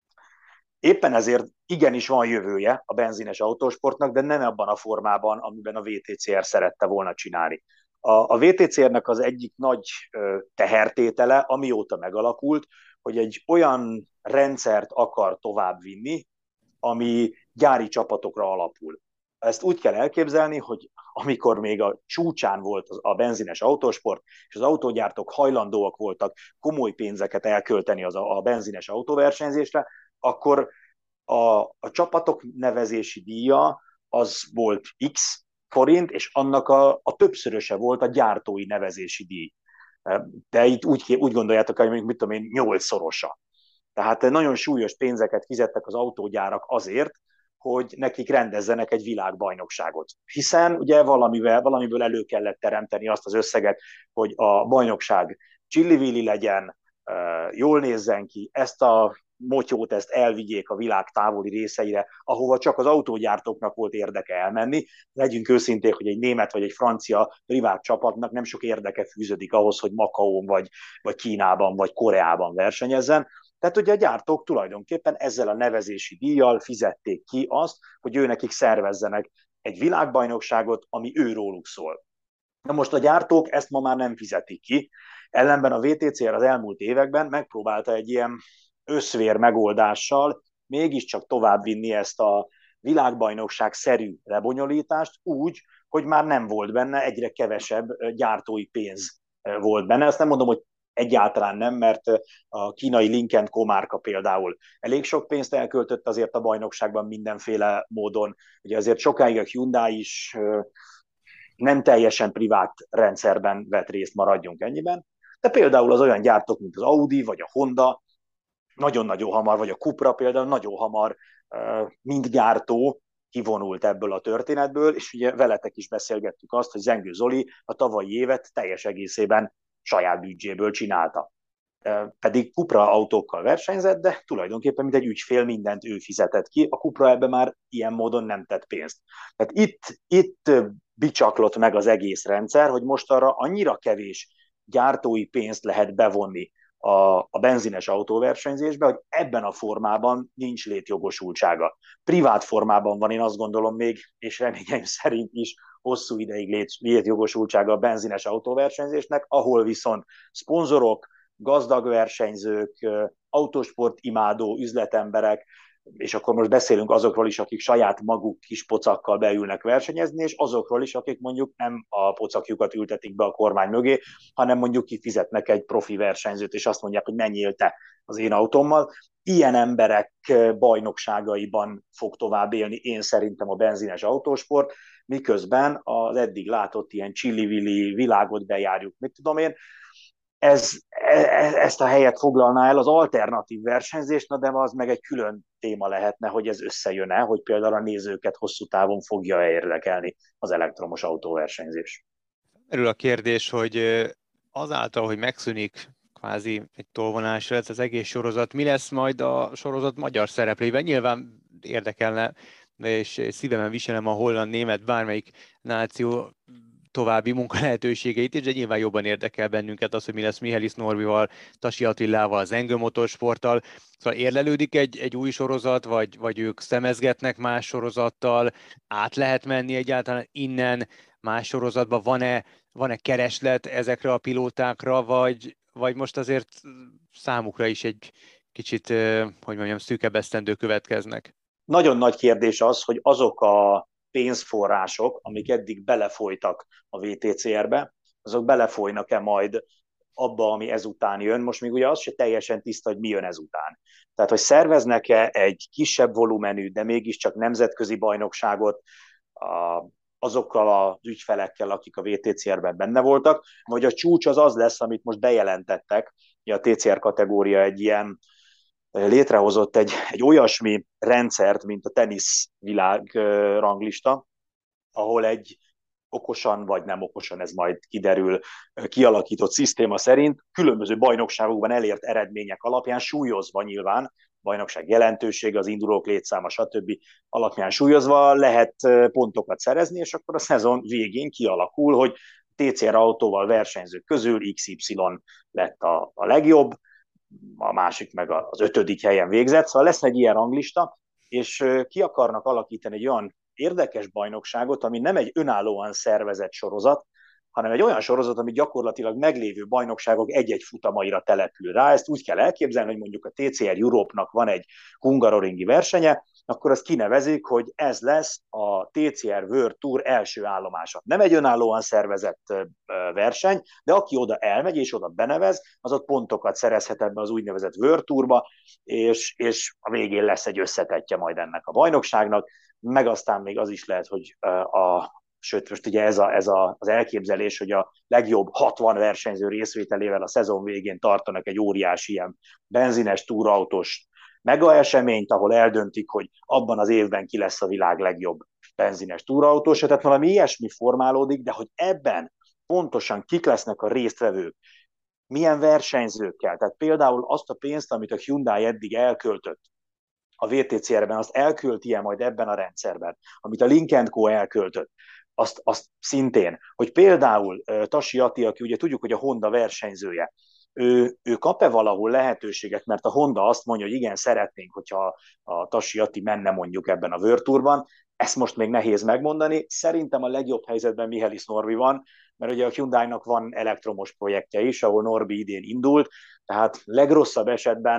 éppen ezért igenis van jövője a benzines autósportnak, de nem abban a formában, amiben a VTCR szerette volna csinálni. A VTCR-nek az egyik nagy tehertétele, amióta megalakult, hogy egy olyan rendszert akar továbbvinni, ami gyári csapatokra alapul. Ezt úgy kell elképzelni, hogy amikor még a csúcsán volt a benzines autósport, és az autógyártók hajlandóak voltak komoly pénzeket elkölteni a benzines autóversenyzésre, akkor a csapatok nevezési díja az volt X forint, és annak a többszöröse volt a gyártói nevezési díj. De itt úgy gondoljátok, hogy mondjuk, mit tudom én, 8-szorosa. Tehát nagyon súlyos pénzeket fizettek az autógyárak azért, hogy nekik rendezzenek egy világbajnokságot. Hiszen ugye valamiből elő kellett teremteni azt az összeget, hogy a bajnokság csillivilli legyen, jól nézzen ki, ezt a motyót, ezt elvigyék a világ távoli részeire, ahova csak az autógyártóknak volt érdeke elmenni. Legyünk őszinték, hogy egy német vagy egy francia privát csapatnak nem sok érdeke fűződik ahhoz, hogy Makaón vagy Kínában vagy Koreában versenyezzen. Tehát ugye a gyártók tulajdonképpen ezzel a nevezési díjjal fizették ki azt, hogy őnekik szervezzenek egy világbajnokságot, ami őróluk szól. Na most a gyártók ezt ma már nem fizetik ki, ellenben a VTCR az elmúlt években megpróbálta egy ilyen összvér megoldással mégiscsak továbbvinni ezt a világbajnokság-szerű lebonyolítást úgy, hogy már nem volt benne, egyre kevesebb gyártói pénz volt benne. Ezt nem mondom, hogy egyáltalán nem, mert a kínai Lynk & Co márka például elég sok pénzt elköltött azért a bajnokságban mindenféle módon. Ugye azért sokáig a Hyundai is nem teljesen privát rendszerben vett részt, maradjunk ennyiben, de például az olyan gyártók, mint az Audi vagy a Honda, nagyon-nagyon hamar, vagy a Cupra például nagyon hamar mind gyártó kivonult ebből a történetből, és ugye veletek is beszélgettük azt, hogy Zengő Zoli a tavalyi évet teljes egészében saját büdzséből csinálta. Pedig Cupra autókkal versenyzett, de tulajdonképpen mint egy ügyfél mindent ő fizetett ki, a Cupra ebbe már ilyen módon nem tett pénzt. Tehát itt bicsaklott meg az egész rendszer, hogy most arra annyira kevés gyártói pénzt lehet bevonni a benzines autóversenyzésbe, hogy ebben a formában nincs létjogosultsága. Privát formában van, én azt gondolom még, és reményeim szerint is hosszú ideig létjogosultsága a benzines autóversenyzésnek, ahol viszont szponzorok, gazdag versenyzők, autósport imádó üzletemberek, és akkor most beszélünk azokról is, akik saját maguk kis pocakkal beülnek versenyezni, és azokról is, akik mondjuk nem a pocakjukat ültetik be a kormány mögé, hanem mondjuk kifizetnek egy profi versenyzőt, és azt mondják, hogy menjél te az én autómmal. Ilyen emberek bajnokságaiban fog tovább élni, én szerintem a benzines autósport, miközben az eddig látott ilyen csillivilli világot bejárjuk, mit tudom én, ezt a helyet foglalná el az alternatív versenyzés, de az meg egy külön téma lehetne, hogy ez összejön-e, hogy például a nézőket hosszú távon fogja érdekelni az elektromos autóversenyzés. Erről a kérdés, hogy azáltal, hogy megszűnik kvázi egy tolvonásra ez az egész sorozat, mi lesz majd a sorozat magyar szereplőiben? Nyilván érdekelne, és szívemen viselem a holland, német, bármelyik náció további munkalehetőségeit, és nyilván jobban érdekel bennünket az, hogy mi lesz Mihály Norbival, Tasi Attilával, az Engel Motorsporttal. Szóval érlelődik egy új sorozat, vagy ők szemezgetnek más sorozattal, át lehet menni egyáltalán innen más sorozatba, van-e kereslet ezekre a pilótákra, vagy most azért számukra is egy kicsit, hogy mondjam, szűkebb esztendő következnek? Nagyon nagy kérdés az, hogy azok a pénzforrások, amik eddig belefolytak a VTCR-be, azok belefolynak-e majd abba, ami ezután jön. Most még ugye az se teljesen tiszta, hogy mi jön ezután. Tehát, hogy szerveznek-e egy kisebb volumenű, de mégiscsak nemzetközi bajnokságot azokkal az ügyfelekkel, akik a VTCR-ben benne voltak, vagy a csúcs az lesz, amit most bejelentettek, a TCR kategória egy ilyen létrehozott egy olyasmi rendszert, mint a tenisz világ ranglista, ahol egy okosan vagy nem okosan, ez majd kiderül, kialakított szisztéma szerint különböző bajnokságokban elért eredmények alapján súlyozva nyilván, bajnokság jelentősége, az indulók létszáma, stb. Alapján súlyozva lehet pontokat szerezni, és akkor a szezon végén kialakul, hogy TCR autóval versenyzők közül XY lett a legjobb, a másik meg az 5. helyen végzett, szóval lesz egy ilyen ranglista, és ki akarnak alakítani egy olyan érdekes bajnokságot, ami nem egy önállóan szervezett sorozat, hanem egy olyan sorozat, ami gyakorlatilag meglévő bajnokságok egy-egy futamaira települ rá. Ezt úgy kell elképzelni, hogy mondjuk a TCR Europe-nak van egy hungaroringi versenye, akkor azt kinevezik, hogy ez lesz a TCR World Tour első állomása. Nem egy önállóan szervezett verseny, de aki oda elmegy és oda benevez, az ott pontokat szerezhet ebbe az úgynevezett World Tourba, és a végén lesz egy összetettje majd ennek a bajnokságnak, meg aztán még az is lehet, hogy sőt, most ugye ez az elképzelés, hogy a legjobb 60 versenyző részvételével a szezon végén tartanak egy óriási ilyen benzines túrautós mega eseményt, ahol eldöntik, hogy abban az évben ki lesz a világ legjobb benzines túrautós, tehát valami ilyesmi formálódik, de hogy ebben pontosan kik lesznek a résztvevők, milyen versenyzőkkel, tehát például azt a pénzt, amit a Hyundai eddig elköltött a VTCR-ben, azt elkölti-e majd ebben a rendszerben, amit a Lynk & Co elköltött, azt szintén, hogy például Tasi Atti, aki ugye tudjuk, hogy a Honda versenyzője, ő kap-e valahol lehetőséget, mert a Honda azt mondja, hogy igen, szeretnénk, hogyha a Tasi Atti menne mondjuk ebben a World Tourban, ezt most még nehéz megmondani. Szerintem a legjobb helyzetben Mihály Norbi van, mert ugye a Hyundai-nak van elektromos projektje is, ahol Norbi idén indult, tehát legrosszabb esetben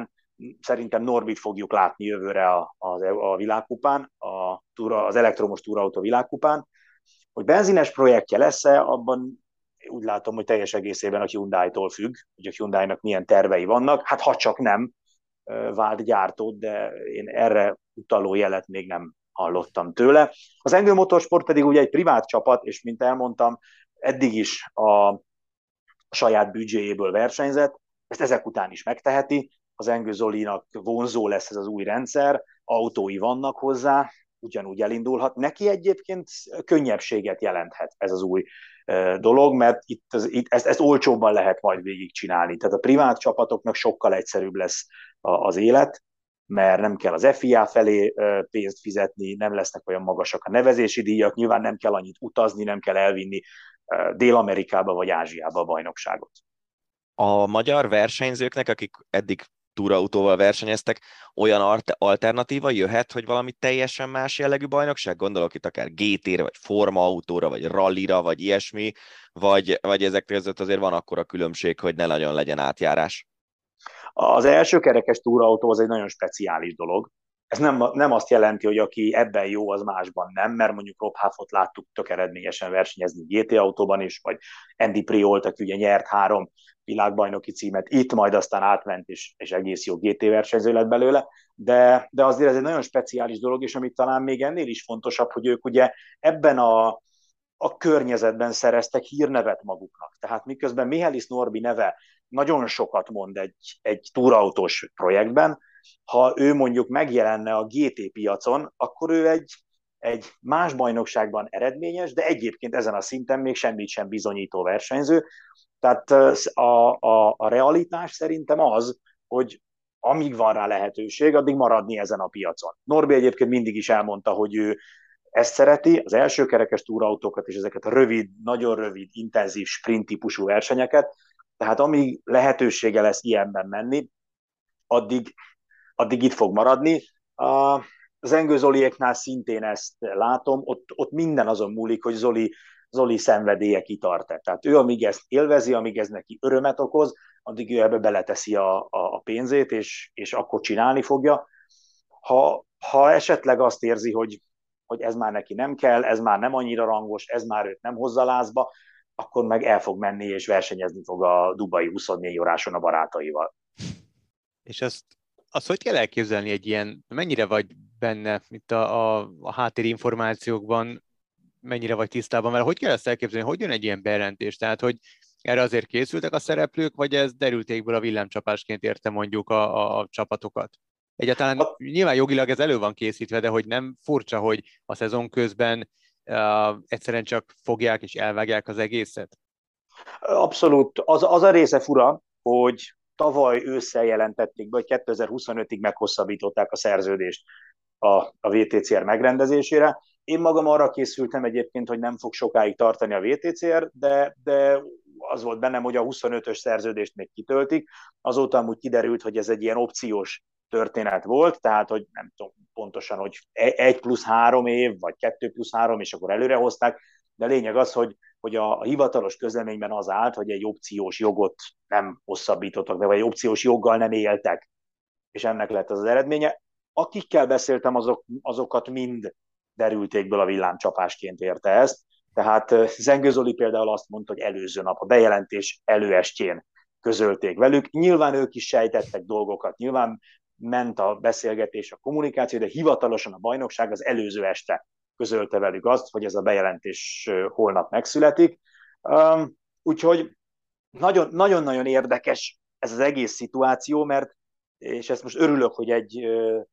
szerintem Norbit fogjuk látni jövőre a világkupán, az elektromos túrautó világkupán. Hogy benzines projektje lesz-e, abban úgy látom, hogy teljes egészében a Hyundai-tól függ, hogy a Hyundai-nak milyen tervei vannak. Hát ha csak nem vált gyártót, de én erre utaló jelet még nem hallottam tőle. Az Engő Motorsport pedig ugye egy privát csapat, és mint elmondtam, eddig is a saját büdzséjéből versenyzett, ezt ezek után is megteheti. Az Engő Zolinak vonzó lesz ez az új rendszer, autói vannak hozzá, ugyanúgy elindulhat. Neki egyébként könnyebbséget jelenthet ez az új dolog, mert ezt olcsóbban lehet majd végigcsinálni. Tehát a privát csapatoknak sokkal egyszerűbb lesz az élet, mert nem kell az FIA felé pénzt fizetni, nem lesznek olyan magasak a nevezési díjak, nyilván nem kell annyit utazni, nem kell elvinni Dél-Amerikába vagy Ázsiába a bajnokságot. A magyar versenyzőknek, akik eddig túrautóval versenyeztek, olyan alternatíva jöhet, hogy valami teljesen más jellegű bajnokság? Gondolok itt akár GT-re, vagy formautóra, vagy rallira, vagy ilyesmi, vagy ezek között azért van akkora különbség, hogy ne nagyon legyen átjárás? Az első kerekes túrautó az egy nagyon speciális dolog. Ez nem azt jelenti, hogy aki ebben jó, az másban nem, mert mondjuk Rob Huffot láttuk tök eredményesen versenyezni GT autóban is, vagy Andy Priolt, aki ugye nyert 3 világbajnoki címet, itt majd aztán átment, és egész jó GT versenyző lett belőle, de azért ez egy nagyon speciális dolog, és amit talán még ennél is fontosabb, hogy ők ugye ebben a környezetben szereztek hírnevet maguknak. Tehát miközben Mihály Norbi neve nagyon sokat mond egy túrautós projektben, ha ő mondjuk megjelenne a GT piacon, akkor ő egy más bajnokságban eredményes, de egyébként ezen a szinten még semmit sem bizonyító versenyző. Tehát a realitás szerintem az, hogy amíg van rá lehetőség, addig maradni ezen a piacon. Norbi egyébként mindig is elmondta, hogy ő ezt szereti, az elsőkerekes túrautókat és ezeket a rövid, nagyon rövid, intenzív sprint típusú versenyeket, tehát amíg lehetősége lesz ilyenben menni, addig itt fog maradni. Az Engő Zoliéknál szintén ezt látom, ott minden azon múlik, hogy Zoli szenvedélye kitart-e. Tehát ő amíg ezt élvezi, amíg ez neki örömet okoz, addig ő ebbe beleteszi a pénzét, és akkor csinálni fogja. Ha esetleg azt érzi, hogy ez már neki nem kell, ez már nem annyira rangos, ez már őt nem hozza lázba, akkor meg el fog menni, és versenyezni fog a dubai 24 óráson a barátaival. És azt hogy kell elképzelni egy ilyen, mennyire vagy benne itt a háttérinformációkban, mennyire vagy tisztában, mert hogy kell ezt elképzelni, hogy jön egy ilyen bejelentés? Tehát, hogy erre azért készültek a szereplők, vagy ez derültékből a villámcsapásként érte mondjuk a csapatokat? Egyáltalán nyilván jogilag ez elő van készítve, de hogy nem furcsa, hogy a szezon közben egyszerűen csak fogják és elvágják az egészet? Abszolút. Az a része fura, hogy tavaly ősszel jelentették be, hogy 2025-ig meghosszabbították a szerződést a VTCR megrendezésére. Én magam arra készültem egyébként, hogy nem fog sokáig tartani a VTCR, de az volt bennem, hogy a 25-ös szerződést még kitöltik. Azóta amúgy kiderült, hogy ez egy ilyen opciós történet volt, tehát hogy nem tudom pontosan, hogy 1+3 év, vagy 2+3, és akkor előrehozták, de a lényeg az, hogy a hivatalos közleményben az állt, hogy egy opciós jogot nem hosszabbítottak, de vagy egy opciós joggal nem éltek, és ennek lett az eredménye. Akikkel beszéltem, azokat mind derültékből a villámcsapásként érte ezt. Tehát Zengő Zoli például azt mondta, hogy előző nap, a bejelentés előestjén közölték velük. Nyilván ők is sejtettek dolgokat, nyilván ment a beszélgetés, a kommunikáció, de hivatalosan a bajnokság az előző este közölte velük azt, hogy ez a bejelentés holnap megszületik. Úgyhogy nagyon-nagyon érdekes ez az egész szituáció, mert, és ezt most örülök, hogy egy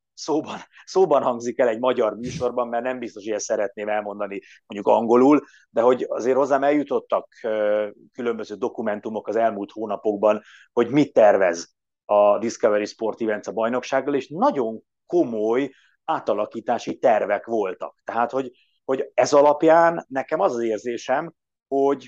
szóban hangzik el egy magyar műsorban, mert nem biztos, hogy ezt szeretném elmondani mondjuk angolul, de hogy azért hozzám eljutottak különböző dokumentumok az elmúlt hónapokban, hogy mit tervez a Discovery Sport Events a bajnoksággal, és nagyon komoly átalakítási tervek voltak. Tehát, hogy ez alapján nekem az az érzésem, hogy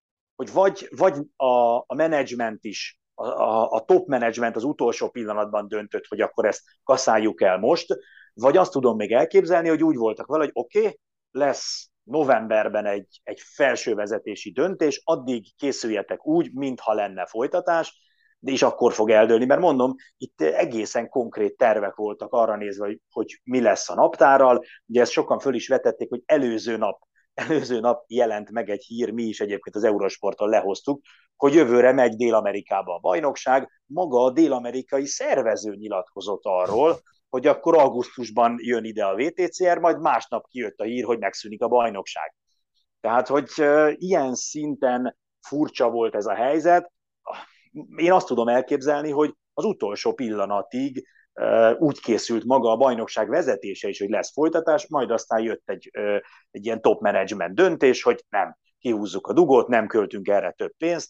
vagy a menedzsment is, a top menedzsment az utolsó pillanatban döntött, hogy akkor ezt kaszáljuk el most, vagy azt tudom még elképzelni, hogy úgy voltak vele, hogy oké, lesz novemberben egy felsővezetési döntés, addig készüljetek úgy, mintha lenne folytatás, de is akkor fog eldőlni, mert mondom, itt egészen konkrét tervek voltak arra nézve, hogy mi lesz a naptárral. Ugye ezt sokan föl is vetették, hogy előző nap jelent meg egy hír, mi is egyébként az Eurosporton lehoztuk, hogy jövőre megy Dél-Amerikába a bajnokság. Maga a dél-amerikai szervező nyilatkozott arról, hogy akkor augusztusban jön ide a VTCR, majd másnap kijött a hír, hogy megszűnik a bajnokság. Tehát, hogy ilyen szinten furcsa volt ez a helyzet, én azt tudom elképzelni, hogy az utolsó pillanatig úgy készült maga a bajnokság vezetése is, hogy lesz folytatás, majd aztán jött egy ilyen top management döntés, hogy nem, kihúzzuk a dugót, nem költünk erre több pénzt,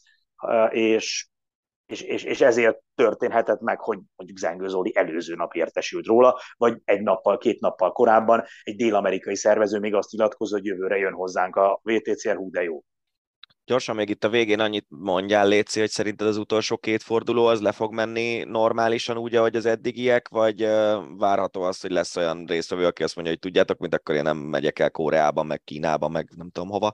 és ezért történhetett meg, hogy mondjuk Zengő Zoli előző nap értesült róla, vagy egy nappal, 2 nappal korábban egy dél-amerikai szervező még azt nyilatkozza, hogy jövőre jön hozzánk a VTCR, hú de jó. Gyorsan még itt a végén annyit mondjál, Léci, hogy szerinted az utolsó 2 forduló az le fog menni normálisan úgy, ahogy az eddigiek, vagy várható az, hogy lesz olyan résztvevő, aki azt mondja, hogy tudjátok, mint akkor én nem megyek el Koreába, meg Kínába, meg nem tudom hova.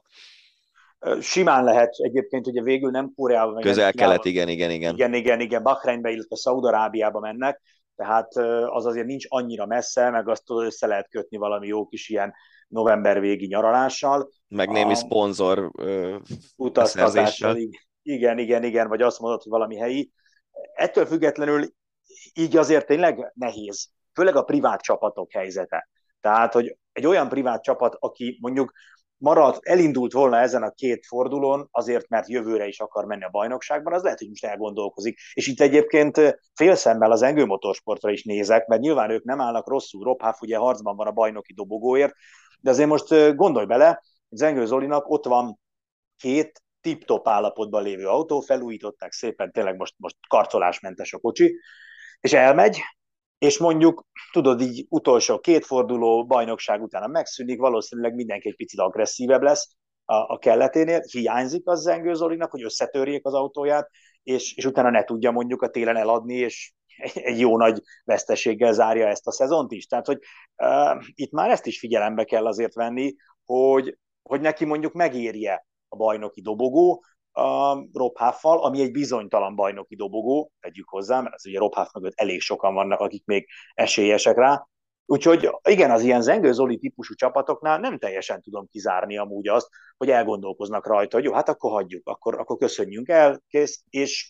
Simán lehet egyébként, ugye végül nem Koreába, meg Közel-kelet, igen. Igen, Bahreinbe, illetve Szaúd-Arábiába mennek, tehát az azért nincs annyira messze, meg azt össze lehet kötni valami jó kis ilyen november végi nyaralással. Meg némi szponzor utaztatással. Igen, vagy azt mondod, hogy valami helyi. Ettől függetlenül így azért tényleg nehéz, főleg a privát csapatok helyzete. Tehát, hogy egy olyan privát csapat, aki mondjuk elindult volna ezen a 2 fordulón, azért, mert jövőre is akar menni a bajnokságban, az lehet, hogy most elgondolkozik. És itt egyébként félszemmel az Engő Motorsportra is nézek, mert nyilván ők nem állnak rosszul. Rob Huff ugye harcban van a bajnoki dobogóért, de azért most gondolj bele, Zengő Zolinak ott van 2 tip-top állapotban lévő autó, felújították szépen, tényleg most karcolásmentes a kocsi, és elmegy, és mondjuk, tudod, így utolsó 2 forduló bajnokság utána megszűnik, valószínűleg mindenki egy picit agresszívebb lesz a kelleténél, hiányzik az Zengő Zolinak, hogy összetörjék az autóját, és utána ne tudja mondjuk a télen eladni, és egy jó nagy veszteséggel zárja ezt a szezont is. Tehát, hogy itt már ezt is figyelembe kell azért venni, hogy neki mondjuk megérje a bajnoki dobogó, Rob Huff-val, ami egy bizonytalan bajnoki dobogó, tegyük hozzá, mert az ugye Rob Huff mögött elég sokan vannak, akik még esélyesek rá. Úgyhogy igen, az ilyen Zengő Zoli típusú csapatoknál nem teljesen tudom kizárni amúgy azt, hogy elgondolkoznak rajta, hogy jó, hát akkor hagyjuk, akkor köszönjünk el, kész,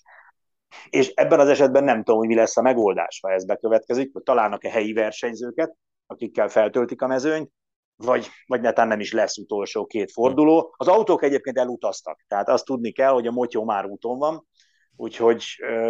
és ebben az esetben nem tudom, hogy mi lesz a megoldás, ha ez bekövetkezik, hogy találnak-e helyi versenyzőket, akikkel feltöltik a mezőnyt, vagy netán nem is lesz utolsó 2 forduló. Az autók egyébként elutaztak, tehát azt tudni kell, hogy a motyó már úton van, úgyhogy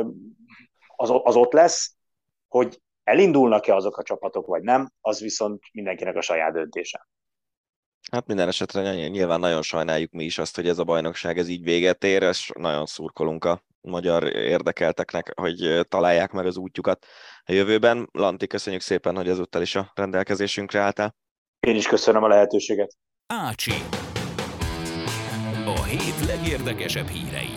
az ott lesz, hogy elindulnak-e azok a csapatok, vagy nem, az viszont mindenkinek a saját döntése. Hát minden esetre nyilván nagyon sajnáljuk mi is azt, hogy ez a bajnokság ez így véget ér, és nagyon szurkolunk a magyar érdekelteknek, hogy találják meg az útjukat a jövőben. Lanti, köszönjük szépen, hogy ezúttal is a rendelkezésünkre álltál. Én is köszönöm a lehetőséget. Ácsi. A hét legérdekesebb hírei.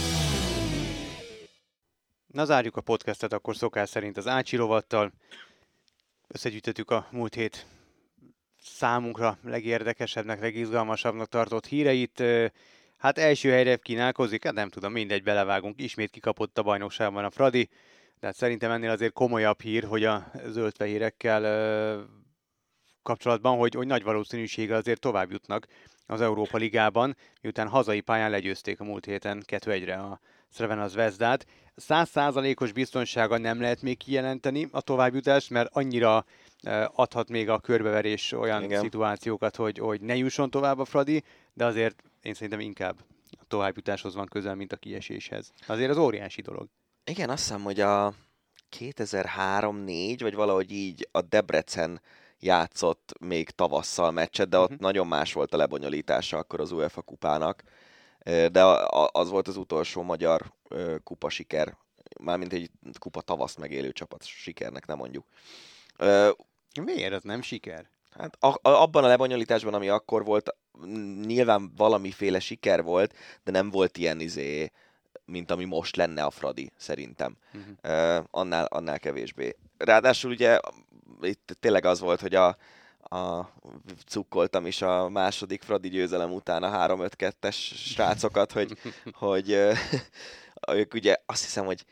Na, zárjuk a podcastet akkor szokás szerint az Ácsi rovattal. Összegyűjtöttük a múlt hét számunkra legérdekesebbnek, legizgalmasabbnak tartott híreit. Hát első helyre kínálkozik, hát nem tudom, mindegy, belevágunk. Ismét kikapott a bajnokságban a Fradi, de hát szerintem ennél azért komolyabb hír, hogy a zöldfehérekkel kapcsolatban, hogy nagy valószínűséggel azért tovább jutnak az Európa Ligában, miután hazai pályán legyőzték a múlt héten 2-1-re a Crvena Zvezdát. 100%-os biztonsággal nem lehet még kijelenteni a továbbjutást, mert annyira adhat még a körbeverés olyan szituációkat, hogy ne jusson tovább a Fradi, de azért én szerintem inkább a továbbjutáshoz van közel, mint a kieséshez. Azért az óriási dolog. Igen, azt hiszem, hogy a 2003-4, vagy valahogy így a Debrecen játszott még tavasszal meccset, de ott nagyon más volt a lebonyolítása akkor az UEFA kupának, de az volt az utolsó magyar kupa siker, mármint egy kupa tavasz megélő csapat sikernek, nem mondjuk. Miért ez nem siker? Hát abban a lebonyolításban, ami akkor volt, nyilván valamiféle siker volt, de nem volt ilyen mint ami most lenne a Fradi, szerintem. Annál kevésbé. Ráadásul ugye itt tényleg az volt, hogy cukkoltam is a második Fradi győzelem után a 3-5-2-es srácokat, hogy ők ugye azt hiszem, hogy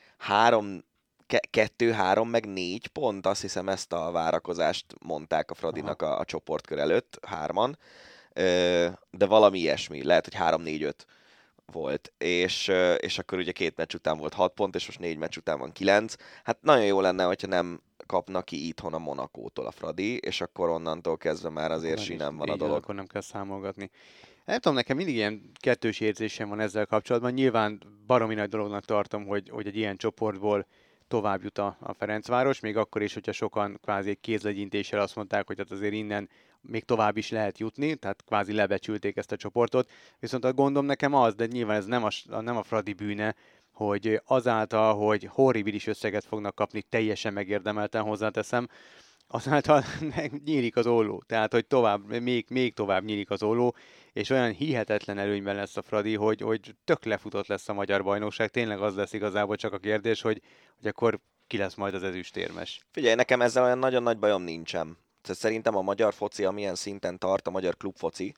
2-3 meg 4 pont, azt hiszem ezt a várakozást mondták a Fradinak a csoportkör előtt, 3-an, de valami ilyesmi, lehet, hogy 3-4-5 volt, és akkor ugye 2 meccs után volt 6 pont, és most 4 meccs után van 9. Hát nagyon jó lenne, hogyha nem kapnak ki itthon a Monakótól a Fradi, és akkor onnantól kezdve már azért sinem van a dolog. Akkor nem kell számolgatni. Nem tudom, nekem mindig ilyen kettős érzésem van ezzel kapcsolatban. Nyilván baromi nagy dolognak tartom, hogy egy ilyen csoportból tovább jut a Ferencváros, még akkor is, hogyha sokan kvázi egy kézlegyintéssel azt mondták, hogy hát azért innen még tovább is lehet jutni, tehát kvázi lebecsülték ezt a csoportot. Viszont a gondom nekem az, de nyilván ez nem a Fradi bűne, hogy azáltal, hogy horribilis összeget fognak kapni, teljesen megérdemelten hozzáteszem, azáltal nyílik az olló. Tehát, hogy még tovább nyílik az olló, és olyan hihetetlen előnyben lesz a Fradi, hogy tök lefutott lesz a magyar bajnokság. Tényleg az lesz igazából csak a kérdés, hogy akkor ki lesz majd az ezüstérmes. Figyelj, nekem ezzel olyan nagyon nagy bajom nincsen. Szerintem a magyar foci, amilyen szinten tart, a magyar klubfoci,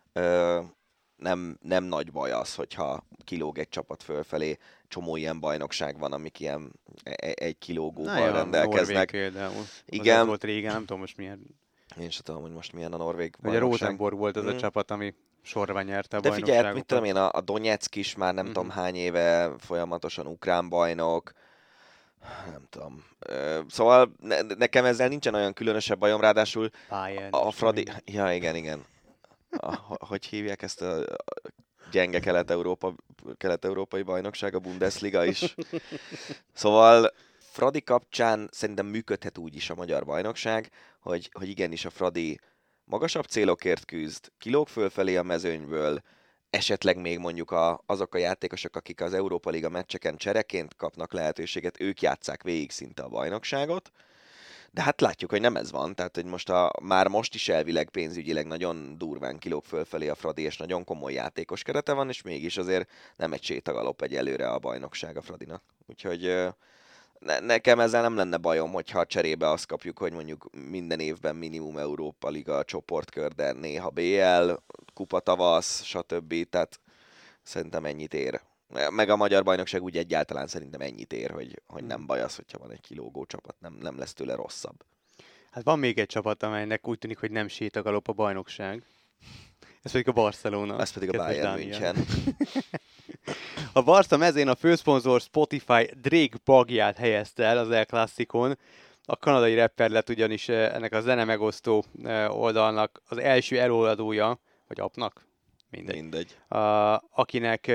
nem nagy baj az, hogyha kilóg egy csapat fölfelé. Csomó ilyen bajnokság van, amik ilyen egy kilógóval rendelkeznek. Például. Igen. Az volt régen, nem tudom most milyen. Én sem tudom, hogy most milyen a norvég bajnokság. Ugye Rosenborg volt az a csapat, ami sorba nyerte a bajnokságot. De figyelj, mit tudom én, a Donetsk is már nem tudom hány éve folyamatosan ukrán bajnok. Nem tudom. Szóval nekem ezzel nincsen olyan különösebb bajom, ráadásul a Fradi... Ja, igen. Hogy hívják ezt a gyenge kelet-európai bajnokság, a Bundesliga is. Szóval Fradi kapcsán szerintem működhet úgy is a magyar bajnokság, hogy igenis a Fradi magasabb célokért küzd, kilóg fölfelé a mezőnyből, esetleg még mondjuk azok a játékosok, akik az Európa Liga meccseken csereként kapnak lehetőséget, ők játsszák végig szinte a bajnokságot. De hát látjuk, hogy nem ez van, tehát hogy már most is elvileg pénzügyileg nagyon durván kilóg fölfelé a Fradi, és nagyon komoly játékos kerete van, és mégis azért nem egy sétagalop egyelőre a bajnokság a Fradinak. Úgyhogy nekem ezzel nem lenne bajom, hogyha cserébe azt kapjuk, hogy mondjuk minden évben minimum Európa Liga csoportkör, de néha BL, kupa tavasz, stb. Tehát szerintem ennyit ér. Meg a magyar bajnokság úgy egyáltalán szerintem ennyit ér, hogy nem baj az, hogyha van egy kilógó csapat, nem lesz tőle rosszabb. Hát van még egy csapat, amelynek úgy tűnik, hogy nem sétagalop a bajnokság. Ez pedig a Barcelona. Ez pedig a Bayern München. A Barca mezén a főszponzor Spotify Drake bagját helyezte el az El Clasicon. A kanadai rapper lett ugyanis ennek a zenemegosztó oldalnak az első eloldója, vagy apnak? Mindegy. Akinek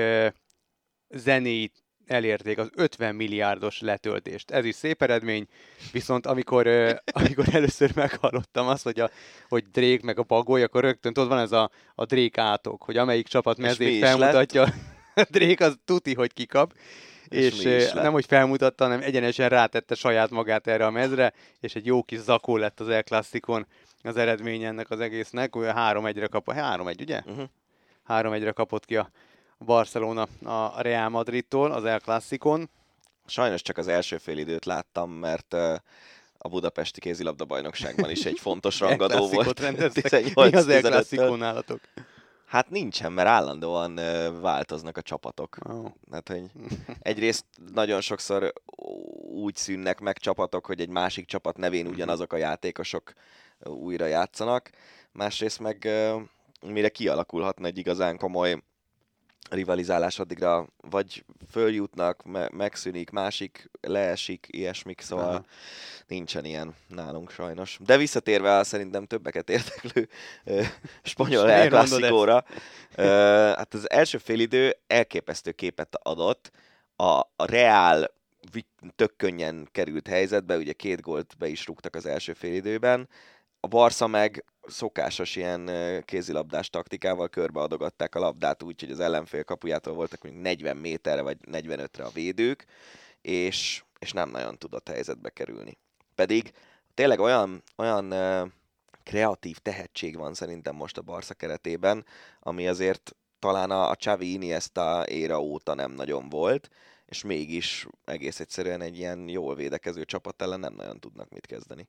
zenéit elérték az 50 milliárdos letöltést. Ez is szép eredmény, viszont amikor először meghallottam azt, hogy Drake meg a bagoly, akkor rögtön tudod, van ez a Drake átok, hogy amelyik csapat mezét felmutatja, Drake az tuti, hogy kikap, és nem, hogy felmutatta, hanem egyenesen rátette saját magát erre a mezre, és egy jó kis zakó lett az El Clasicon az eredmény ennek az egésznek, 3-1-re kapott, 3-1, ugye? 3-1-re kapott ki a Barcelona a Real Madridtól az El Clasicon. Sajnos csak az első félidőt láttam, mert a budapesti kézilabda-bajnokságban is egy fontos rangadó volt. 18-15-től. Mi az El Clasicon nálatok? Hát nincsen, mert állandóan változnak a csapatok. Hát, hogy egyrészt nagyon sokszor úgy szűnnek meg csapatok, hogy egy másik csapat nevén ugyanazok a játékosok újra játszanak. Másrészt meg mire kialakulhatna egy igazán komoly rivalizálás, addigra vagy följutnak, megszűnik, másik leesik, ilyesmik, szóval nincsen ilyen nálunk sajnos. De visszatérve szerintem többeket érdeklő spanyol El Clasicóra, hát az első félidő elképesztő képet adott. A Real tök könnyen került helyzetbe, ugye 2 gólt be is rúgtak az első félidőben. A Barca meg szokásos ilyen kézilabdás taktikával körbeadogatták a labdát úgy, hogy az ellenfél kapujától voltak mondjuk 40 méterre vagy 45-re a védők, és nem nagyon tudott helyzetbe kerülni. Pedig tényleg olyan kreatív tehetség van szerintem most a Barca keretében, ami azért talán a Xavi Iniesta éra óta nem nagyon volt, és mégis egész egyszerűen egy ilyen jól védekező csapat ellen nem nagyon tudnak mit kezdeni.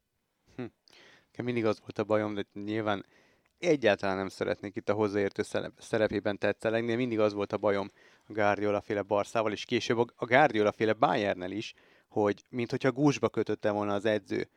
Mindig az volt a bajom, de nyilván egyáltalán nem szeretnék itt a hozzáértő szerepében tetszelegni, mindig az volt a bajom a Guardiola-féle Barszával, és később a Guardiola-féle Bayernnel is, hogy minthogyha gúzsba kötötte volna az edző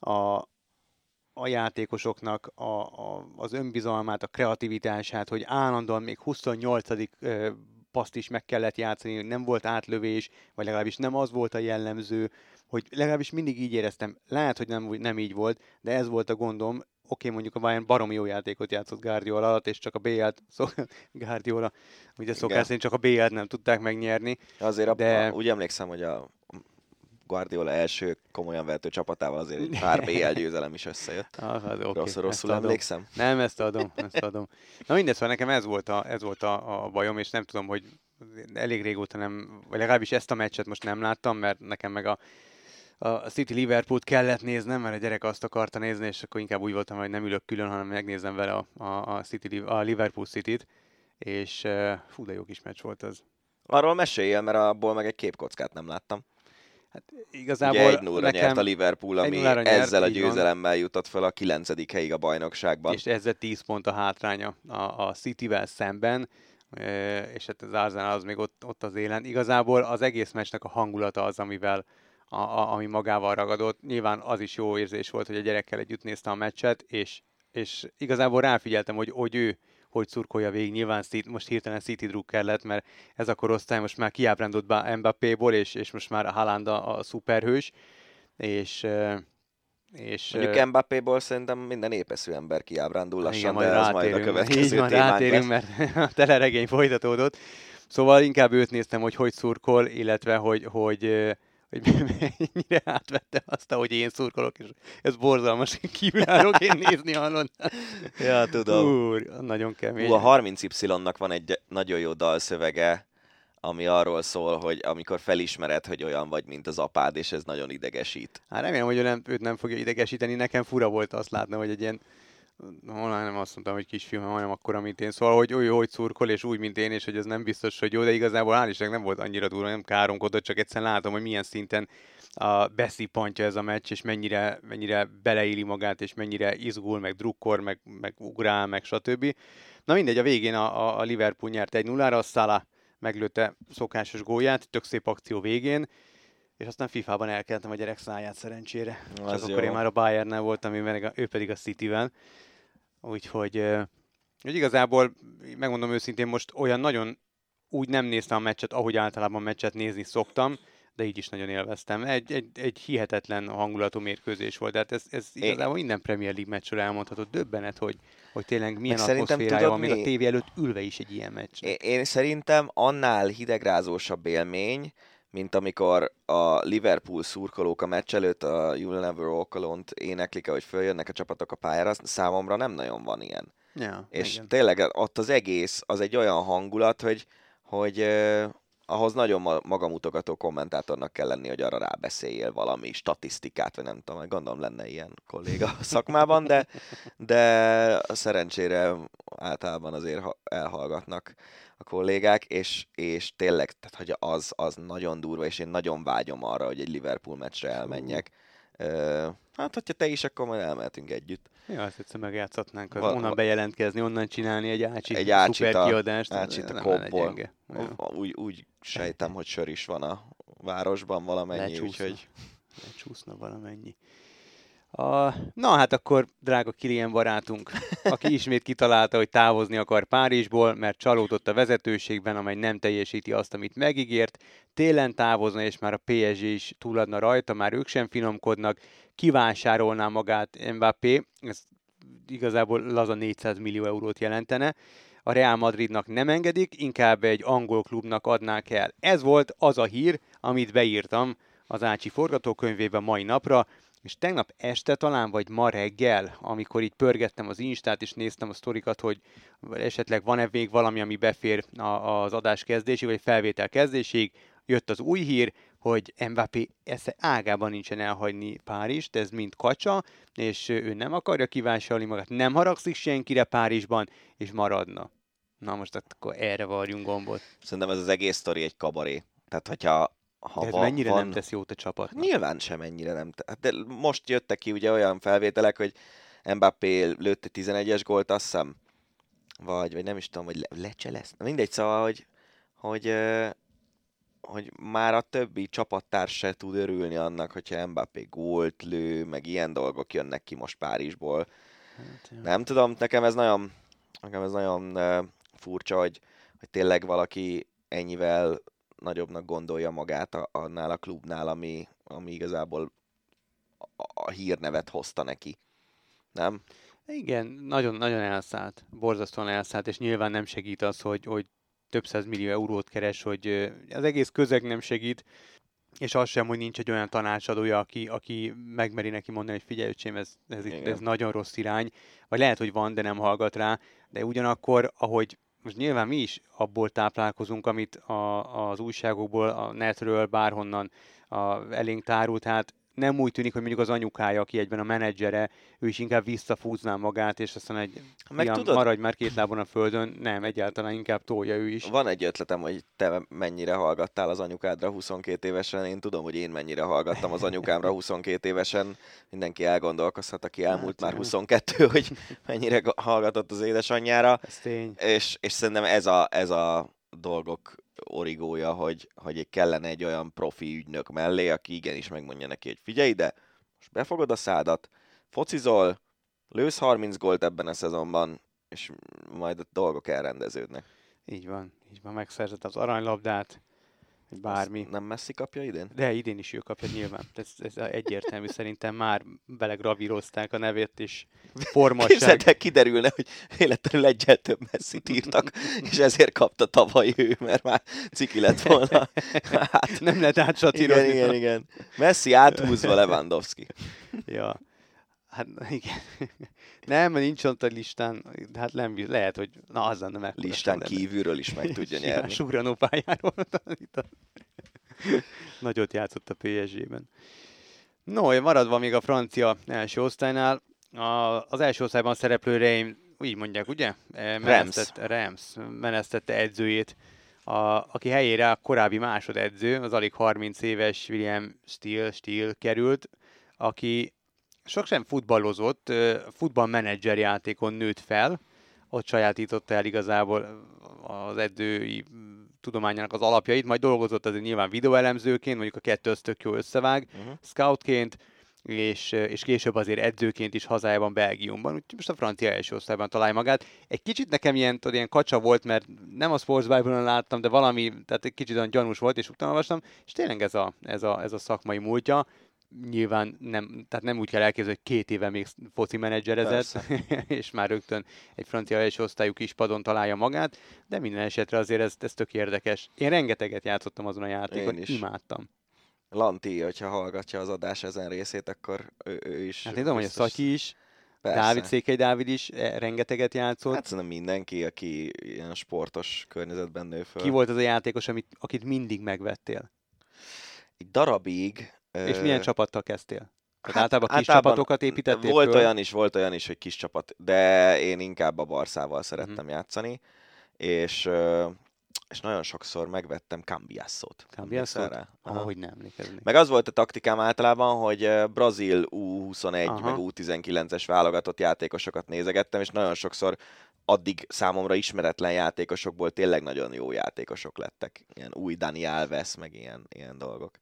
a játékosoknak az önbizalmát, a kreativitását, hogy állandóan még 28. paszt is meg kellett játszani, nem volt átlövés, vagy legalábbis nem az volt a jellemző, hogy legalábbis mindig így éreztem. Lehet, hogy nem így volt, de ez volt a gondom. Oké, mondjuk a Bayern baromi jó játékot játszott Guardiola alatt, és csak a BL-t, Guardiola, ugye szokás szerint csak a BL-t nem tudták megnyerni. Azért úgy emlékszem, hogy a Guardiola első komolyan vehető csapatával azért egy pár BL győzelem is összejött. Rosszul emlékszem? Nem, ezt adom. Na mindegy, szóval nekem ez volt a bajom, és nem tudom, hogy elég régóta nem, vagy legalábbis ezt a meccset most nem láttam, mert nekem meg a City Liverpoolt kellett néznem, mert a gyerek azt akarta nézni, és akkor inkább úgy voltam, hogy nem ülök külön, hanem megnézem vele a Liverpool City-t, és fú, de jó kis meccs volt az. Arról meséljél, mert abból meg egy képkockát nem láttam. Hát igazából ugye 1-0-ra nyert a Liverpool, ami ezzel a győzelemmel jutott fel a 9. helyig a bajnokságban. És ezzel 10 pont a hátránya a Cityvel szemben, és hát az Arsenal az még ott az élen. Igazából az egész meccsnek a hangulata az, ami magával ragadott. Nyilván az is jó érzés volt, hogy a gyerekkel együtt nézte a meccset, és igazából ráfigyeltem, hogy ő hogy szurkolja végig. Nyilván most hirtelen City drukker lett, mert ez a korosztály most már kiábrándult Mbappéból, és most már Haaland a szuperhős, és mondjuk Mbappéból szerintem minden épeszű ember kiábrándul lassan, igen, de ez majd a következő témánk rátérünk, mert a teleregény folytatódott. Szóval inkább őt néztem, hogy szurkol, illetve hogy mennyire átvette azt, hogy én szurkolok, és ez borzalmas, kívülállok én nézni, hallod? Ja, tudom. Nagyon kemény. A 30Y-nak van egy nagyon jó dalszövege, ami arról szól, hogy amikor felismered, hogy olyan vagy, mint az apád, és ez nagyon idegesít. Hát remélem, hogy őt nem fogja idegesíteni. Nekem fura volt azt látni, hogy egy ilyen, nem azt mondtam, hogy kisfiú, hanem akkora, mint én. Szóval, hogy szurkol, és úgy, mint én, és hogy ez nem biztos, hogy jó, de igazából hál' Istennek nem volt annyira durva, nem káromkodott, csak egyszerűen látom, hogy milyen szinten beszippantja ez a meccs, és mennyire beleéli magát, és mennyire izgul, meg drukkor, meg ugrál, meg stb. Na mindegy, a végén a Liverpool nyert 1-0-ra, a Salah meglőtte szokásos gólját, tök szép akció végén, és aztán FIFA-ban elkeltem a gyerek száját szerencsére. Az csak jó. akkor én már a Bayernnel voltam, ő pedig a Cityvel. Úgyhogy igazából, megmondom őszintén, most olyan nagyon úgy nem néztem a meccset, ahogy általában meccset nézni szoktam, de így is nagyon élveztem. Egy hihetetlen hangulatú mérkőzés volt, de hát ez igazából minden Premier League meccsről elmondható. Döbbenet, hogy tényleg milyen atmoszférája van, még a tévé előtt ülve is egy ilyen meccs. Én szerintem annál hidegrázósabb élmény, mint amikor a Liverpool szurkolók a meccs előtt a You'll Never Walk Alone-t éneklik, hogy följönnek a csapatok a pályára, számomra nem nagyon van ilyen. Ja, és igen. tényleg ott az egész, az egy olyan hangulat, hogy ahhoz nagyon magamutogató kommentátornak kell lenni, hogy arra rábeszéljél valami statisztikát, vagy nem tudom, gondolom lenne ilyen kolléga a szakmában, de szerencsére általában azért elhallgatnak a kollégák, és tényleg, tehát, hogy az nagyon durva, és én nagyon vágyom arra, hogy egy Liverpool meccsre elmenjek. Hát, hogyha te is, akkor majd elmehetünk együtt. Ja, azt egyszer megjátszhatnánk, onnan bejelentkezni, onnan csinálni egy Ácsit Ácsit kiadást. Ácsit a kopból. Úgy sejtem, hogy sör is van a városban valamennyi, úgyhogy... Lecsúszna valamennyi. Na hát akkor, drága Kilian barátunk, aki ismét kitalálta, hogy távozni akar Párizsból, mert csalódott a vezetőségben, amely nem teljesíti azt, amit megígért, télen távozna, és már a PSG is túladna rajta, már ők sem finomkodnak, kivásárolná magát Mbappé, ez igazából laza 400 millió eurót jelentene, a Real Madridnak nem engedik, inkább egy angol klubnak adnák el. Ez volt az a hír, amit beírtam az Ácsi forgatókönyvébe mai napra, és tegnap este talán, vagy ma reggel, amikor így pörgettem az Instát, és néztem a sztorikat, hogy esetleg van-e még valami, ami befér az adás kezdésig, vagy felvétel kezdésig, jött az új hír, hogy Mbappé esze ágában nincsen elhagyni Párizst, ez mind kacsa, és ő nem akarja kivásárolni magát, nem haragszik senkire Párizsban, és maradna. Na most akkor erre varjunk gombot. Szerintem ez az egész sztori egy kabaré. Tehát, hogyha de ez mennyire nem tesz jót a csapatnak? Nyilván sem ennyire nem. De most jöttek ki ugye olyan felvételek, hogy Mbappé lőtte 11-es gólt, azt hiszem, vagy nem is tudom, hogy lecselesz. Mindegy, szóval, hogy már a többi csapattárs se tud örülni annak, hogyha Mbappé gólt lő, meg ilyen dolgok jönnek ki most Párizsból. Hát, ja. Nem tudom, nekem ez nagyon furcsa, hogy tényleg valaki ennyivel nagyobbnak gondolja magát annál a klubnál, ami igazából a hírnevet hozta neki. Nem? Igen, nagyon elszállt, borzasztóan elszállt, és nyilván nem segít az, hogy több 100 millió eurót keres, hogy az egész közeg nem segít, és az sem, hogy nincs egy olyan tanácsadója, aki megmeri neki mondani, hogy figyelj, öcsém, ez nagyon rossz irány, vagy lehet, hogy van, de nem hallgat rá, de ugyanakkor, ahogy most nyilván mi is abból táplálkozunk, amit az újságokból, a netről, bárhonnan elénk tárult, hát nem úgy tűnik, hogy mondjuk az anyukája, aki egyben a menedzsere, ő is inkább visszafúzná magát, és aztán maradj már két lábon a földön, nem, egyáltalán inkább tolja ő is. Van egy ötletem, hogy te mennyire hallgattál az anyukádra 22 évesen, én tudom, hogy én mennyire hallgattam az anyukámra 22 évesen, mindenki elgondolkozhat, aki elmúlt már 22, hogy mennyire hallgatott az édesanyjára. Ez tény. És szerintem ez a dolgok origója, hogy kellene egy olyan profi ügynök mellé, aki igenis megmondja neki, hogy figyelj ide, most befogod a szádat, focizol, lősz 30 gólt ebben a szezonban, és majd a dolgok elrendeződnek. Így van, megszerzett az aranylabdát, bármi. Azt nem Messi kapja idén? De idén is ő kapja nyilván. Ez egyértelmű, szerintem már belegravírozták a nevét, és formasság. Képzeljétek, kiderülne, hogy véletlenül egyel több Messit írtak, és ezért kapta tavaly ő, mert már ciki lett volna. Hát, nem lehet átsatírozni. Igen. Messi áthúzva Lewandowski. Ja. Hát igen. Nem, nincs ott a listán, hát nem, lehet, hogy az lenne meg. Listán kívülről is meg tudja nyerni. Sugranó pályáról. Nagyot játszott a PSG-ben. No, maradva még a francia első osztálynál, az első osztályban szereplő Reims, így mondják, ugye? Reims menesztette edzőjét, aki helyére a korábbi másodedző, az alig 30 éves William Still került, aki sosem futballozott, futballmenedzser játékon nőtt fel, ott sajátította el igazából az edzői tudományának az alapjait, majd dolgozott azért nyilván videóelemzőként, mondjuk a kettő az tök jó összevág, scoutként, és később azért edzőként is hazájában, Belgiumban, úgyhogy most a francia első osztályban találja magát. Egy kicsit nekem ilyen kacsa volt, mert nem a Sports Bible-on láttam, de valami, tehát egy kicsit olyan gyanús volt, és utána olvastam, és tényleg ez a szakmai múltja. Nyilván nem úgy kell elképzelni, hogy 2 éve még foci menedzserezett, és már rögtön egy francia első osztályú kispadon találja magát, de minden esetre azért ez tök érdekes. Én rengeteget játszottam azon a játékon, imádtam. Lanti, hogyha hallgatja az adás ezen részét, akkor ő is... Hát én tudom, hogy a Szatyi is, Székely Dávid is rengeteget játszott. Hát szerintem mindenki, aki ilyen sportos környezetben nő föl. Ki volt az a játékos, akit mindig megvettél? Egy darabig... És milyen csapattal kezdtél? Hát általában kis csapatokat építettél volt föl? Volt olyan is, hogy kis csapat, de én inkább a Barszával szerettem játszani, és nagyon sokszor megvettem Cambiassot. Cambiassot? Ahogy nem emlékeznék. Meg az volt a taktikám általában, hogy brazil U21 meg U19-es válogatott játékosokat nézegettem, és nagyon sokszor addig számomra ismeretlen játékosokból tényleg nagyon jó játékosok lettek. Ilyen új Dani Alves, meg ilyen dolgok.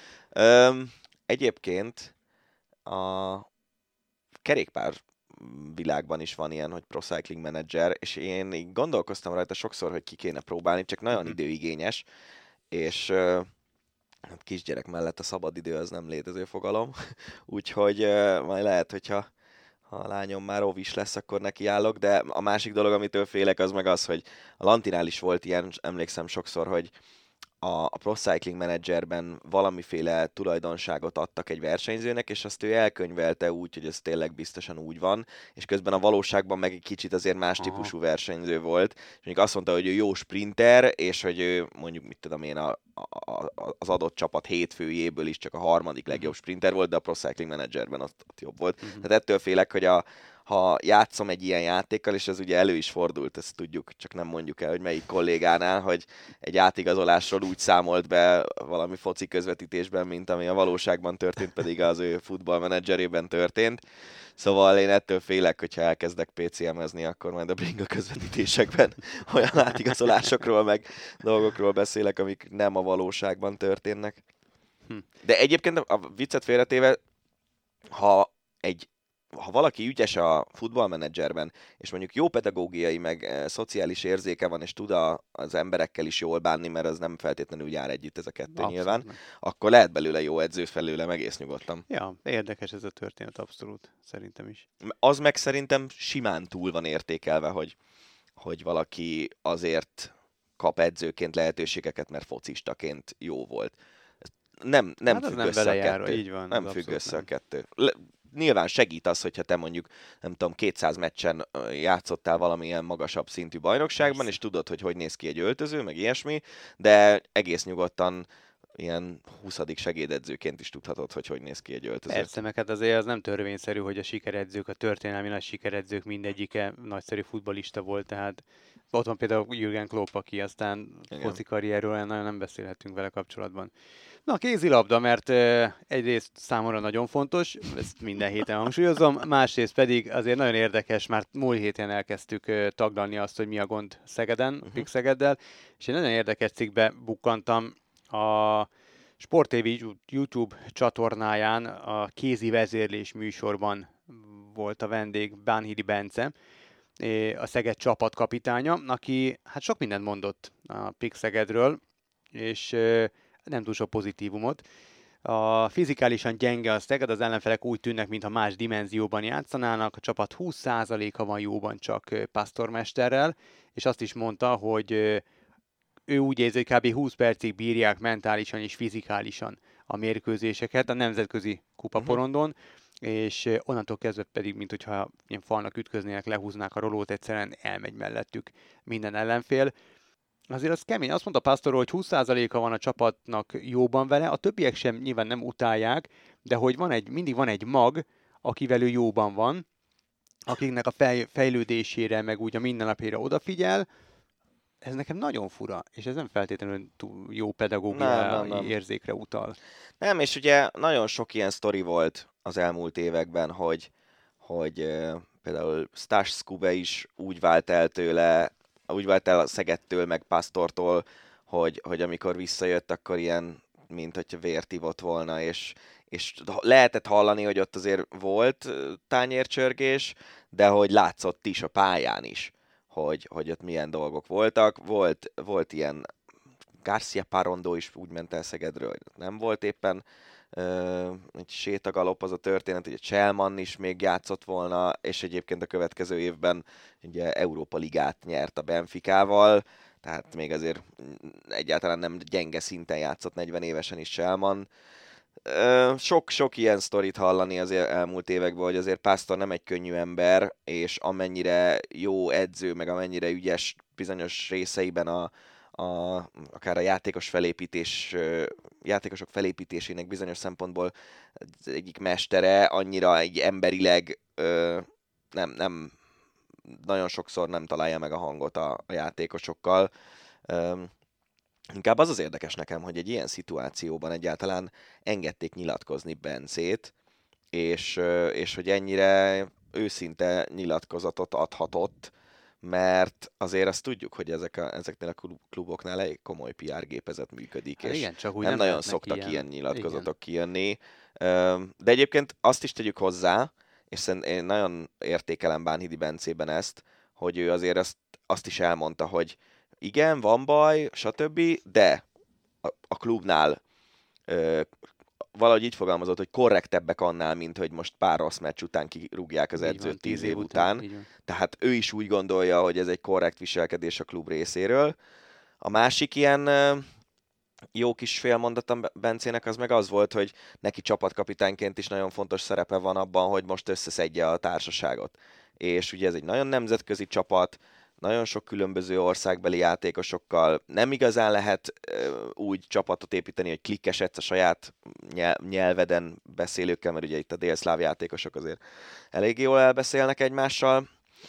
Egyébként a kerékpár világban is van ilyen, hogy Pro Cycling Manager, és én így gondolkoztam rajta sokszor, hogy ki kéne próbálni, csak nagyon időigényes, és kisgyerek mellett a szabadidő az nem létező fogalom, úgyhogy majd lehet, hogyha a lányom már óvis lesz, akkor nekiállok, de a másik dolog, amitől félek, az meg az, hogy a Lantinál is volt ilyen, emlékszem sokszor, hogy a Pro Cycling Managerben valamiféle tulajdonságot adtak egy versenyzőnek, és azt ő elkönyvelte úgy, hogy ez tényleg biztosan úgy van, és közben a valóságban meg egy kicsit azért más típusú versenyző volt, és mondjuk azt mondta, hogy ő jó sprinter, és hogy ő mondjuk, mit tudom én, az adott csapat hétfőjéből is csak a harmadik legjobb sprinter volt, de a Pro Cycling Managerben ott jobb volt. Tehát ettől félek, hogy ha játszom egy ilyen játékkal, és ez ugye elő is fordult, ezt tudjuk, csak nem mondjuk el, hogy melyik kollégánál, hogy egy átigazolásról úgy számolt be valami foci közvetítésben, mint ami a valóságban történt, pedig az ő futballmenedzserében történt. Szóval én ettől félek, hogyha elkezdek PCM-ezni, akkor majd a bringa közvetítésekben olyan átigazolásokról, meg dolgokról beszélek, amik nem a valóságban történnek. De egyébként a viccet félretéve, ha valaki ügyes a futballmenedzserben, és mondjuk jó pedagógiai, meg szociális érzéke van, és tud az emberekkel is jól bánni, mert az nem feltétlenül jár együtt ez a kettő abszolút nyilván, akkor lehet belőle jó edző, felőle egész nyugodtan. Ja, érdekes ez a történet, abszolút, szerintem is. Az meg szerintem simán túl van értékelve, hogy valaki azért kap edzőként lehetőségeket, mert focistaként jó volt. Nem függ össze a kettő. Így van, nem függ össze a kettő. Nyilván segít az, hogyha te mondjuk, nem tudom, 200 meccsen játszottál valamilyen magasabb szintű bajnokságban, és tudod, hogy néz ki egy öltöző, meg ilyesmi, de egész nyugodtan ilyen 20. segédedzőként is tudhatod, hogy néz ki egy öltöző. Persze, meg hát azért az nem törvényszerű, hogy a sikeredzők, a történelmi nagy sikeredzők mindegyike nagyszerű futballista volt, tehát ott van például Jürgen Klopp, aki aztán foci karrierről nagyon nem beszélhetünk vele kapcsolatban. Na, a kézilabda, mert egyrészt számomra nagyon fontos, ezt minden héten hangsúlyozom, másrészt pedig azért nagyon érdekes, már múlt héten elkezdtük taglalni azt, hogy mi a gond Szegeden, Pik Szegeddel, és egy nagyon érdekes cikkbe bukkantam a Sport TV YouTube csatornáján, a kézi vezérlés műsorban volt a vendég Bánhidi Bence, a Szeged csapatkapitánya, aki hát sok mindent mondott a Pik Szegedről, és nem túl sok pozitívumot. A fizikálisan gyenge a Szeged, az ellenfelek úgy tűnnek, mintha más dimenzióban játszanának, a csapat 20%-a van jóban csak Pásztormesterrel, és azt is mondta, hogy ő úgy érzi, hogy kb. 20 percig bírják mentálisan és fizikálisan a mérkőzéseket a nemzetközi kupaporondon, és onnantól kezdve pedig, mint hogyha ilyen falnak ütköznének, lehúznák a rolót, egyszerűen elmegy mellettük minden ellenfél. Azért az kemény. Azt mondta Pásztorról, hogy 20%-a van a csapatnak jóban vele, a többiek sem nyilván nem utálják, de hogy mindig van egy mag, akivel ő jóban van, akiknek a fejlődésére, meg úgy a mindennapjára odafigyel. Ez nekem nagyon fura, és ez nem feltétlenül túl jó pedagógiai érzékre utal. Nem, és ugye nagyon sok ilyen sztori volt az elmúlt években, hogy például Stas Skube is úgy vált el a Szegedtől, meg Pásztortól, hogy amikor visszajött, akkor ilyen, mint hogyha vért ivott volna, és lehetett hallani, hogy ott azért volt tányércsörgés, de hogy látszott is a pályán is, hogy ott milyen dolgok voltak. Volt ilyen Garcia Parondó is úgy ment el Szegedről, nem volt éppen egy sétagalop az a történet, hogy a Cselman is még játszott volna, és egyébként a következő évben ugye Európa Ligát nyert a Benficával, tehát még azért egyáltalán nem gyenge szinten játszott 40 évesen is Cselman. Sok ilyen sztorit hallani az elmúlt években, hogy azért Pásztor nem egy könnyű ember, és amennyire jó edző, meg amennyire ügyes bizonyos részeiben akár a játékosok felépítésének bizonyos szempontból egyik mestere, annyira egy emberileg nem nagyon sokszor nem találja meg a hangot a játékosokkal. Inkább az érdekes nekem, hogy egy ilyen szituációban egyáltalán engedték nyilatkozni Bencét, és hogy ennyire őszinte nyilatkozatot adhatott, mert azért azt tudjuk, hogy ezeknél a kluboknál egy komoly PR gépezet működik, és igen, csak nem nagyon szoktak ilyen nyilatkozatok kijönni. De egyébként azt is tegyük hozzá, és én nagyon értékelem Bánhidi Bencében ezt, hogy ő azért azt is elmondta, hogy igen, van baj, stb., de a klubnál valahogy így fogalmazott, hogy korrektebbek annál, mint hogy most pár rossz meccs után kirúgják az edzőt 10 év után. Tehát ő is úgy gondolja, hogy ez egy korrekt viselkedés a klub részéről. A másik ilyen jó kis félmondatom Bencének az meg az volt, hogy neki csapatkapitányként is nagyon fontos szerepe van abban, hogy most összeszedje a társaságot. És ugye ez egy nagyon nemzetközi csapat, nagyon sok különböző országbeli játékosokkal nem igazán lehet úgy csapatot építeni, hogy klikkesedsz a saját nyelveden beszélőkkel, mert ugye itt a délszláv játékosok azért elég jól elbeszélnek egymással.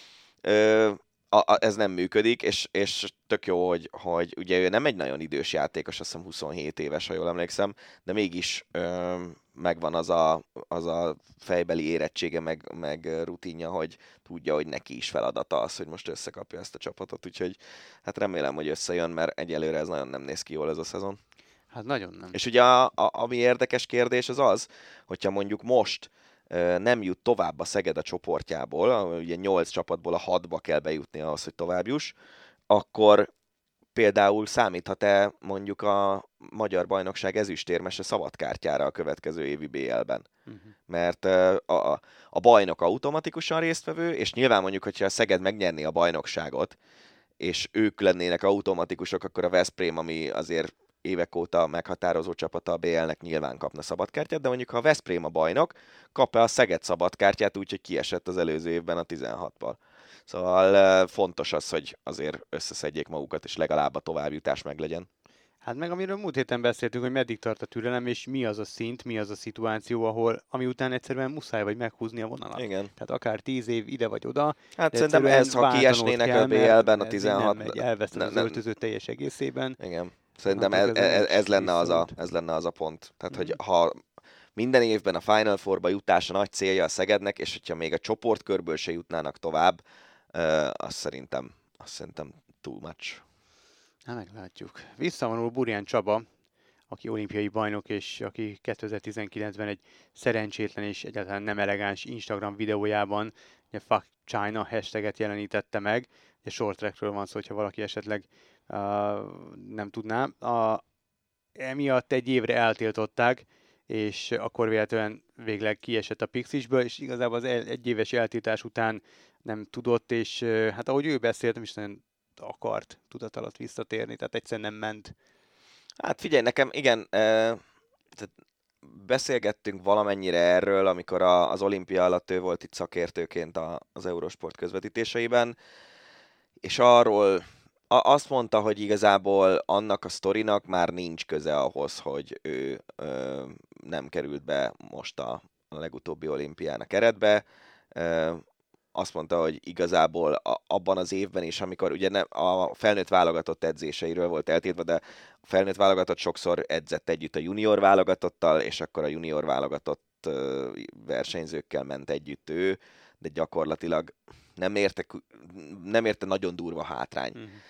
Ez nem működik, és tök jó, hogy ugye ő nem egy nagyon idős játékos, azt hiszem 27 éves, ha jól emlékszem, de mégis megvan az a fejbeli érettsége, meg rutinja, hogy tudja, hogy neki is feladata az, hogy most összekapja ezt a csapatot, úgyhogy hát remélem, hogy összejön, mert egyelőre ez nagyon nem néz ki jól ez a szezon. Hát nagyon nem. És ugye ami érdekes kérdés az, hogyha mondjuk most nem jut tovább a Szeged a csoportjából, ugye 8 csapatból a 6-ba kell bejutni ahhoz, hogy tovább juss, akkor például számíthat-e mondjuk a Magyar Bajnokság ezüstérmese szabadkártyára a következő évi BL-ben? Mert a bajnok automatikusan résztvevő, és nyilván mondjuk, hogyha a Szeged megnyerné a bajnokságot, és ők lennének automatikusok, akkor a Veszprém, ami azért évek óta meghatározó csapata a BL-nek, nyilván kapna szabadkártyát, de mondjuk ha a Veszprém a bajnok, kap-e a Szeged szabadkártyát, úgyhogy kiesett az előző évben a 16-val. Szóval fontos az, hogy azért összeszedjék magukat, és legalább a továbbjutás meglegyen. Hát meg amiről múlt héten beszéltünk, hogy meddig tart a türelem, és mi az a szint, mi az a szituáció, ami után egyszerűen muszáj vagy meghúzni a vonalat. Igen. Tehát akár 10 év ide vagy oda. Hát szerintem ez, ha kiesnének a BL-ben a 16... Elveszted az öltöző teljes egészében. Igen. Szerintem ez lenne az a pont. Tehát, hogy ha minden évben a Final Four-ba jutás a nagy célja a Szegednek, és hogyha még a csoportkörből se jutnának tovább, azt szerintem too much. Hát meglátjuk. Visszavonul Burján Csaba, aki olimpiai bajnok, és aki 2019-ben egy szerencsétlen és egyáltalán nem elegáns Instagram videójában a Fuck China hashtaget jelenítette meg. Ugye short trackről van szó, hogyha valaki esetleg nem tudná. Emiatt egy évre eltiltották, és akkor véletlenül végleg kiesett a Pixisből, és igazából az egyéves eltiltás után nem tudott, és hát ahogy ő beszélt, nem is nagyon akart tudat alatt visszatérni, tehát egyszerűen nem ment. Hát figyelj, nekem igen, tehát beszélgettünk valamennyire erről, amikor az olimpia alatt ő volt itt szakértőként az Eurosport közvetítéseiben, és arról azt mondta, hogy igazából annak a sztorinak már nincs köze ahhoz, hogy ő nem került be most a legutóbbi olimpián a keretbe. Azt mondta, hogy igazából abban az évben is, amikor ugye a felnőtt válogatott edzéseiről volt eltiltva, de a felnőtt válogatott sokszor edzett együtt a junior válogatottal, és akkor a junior válogatott versenyzőkkel ment együtt ő, de gyakorlatilag nem érte nagyon durva hátrány.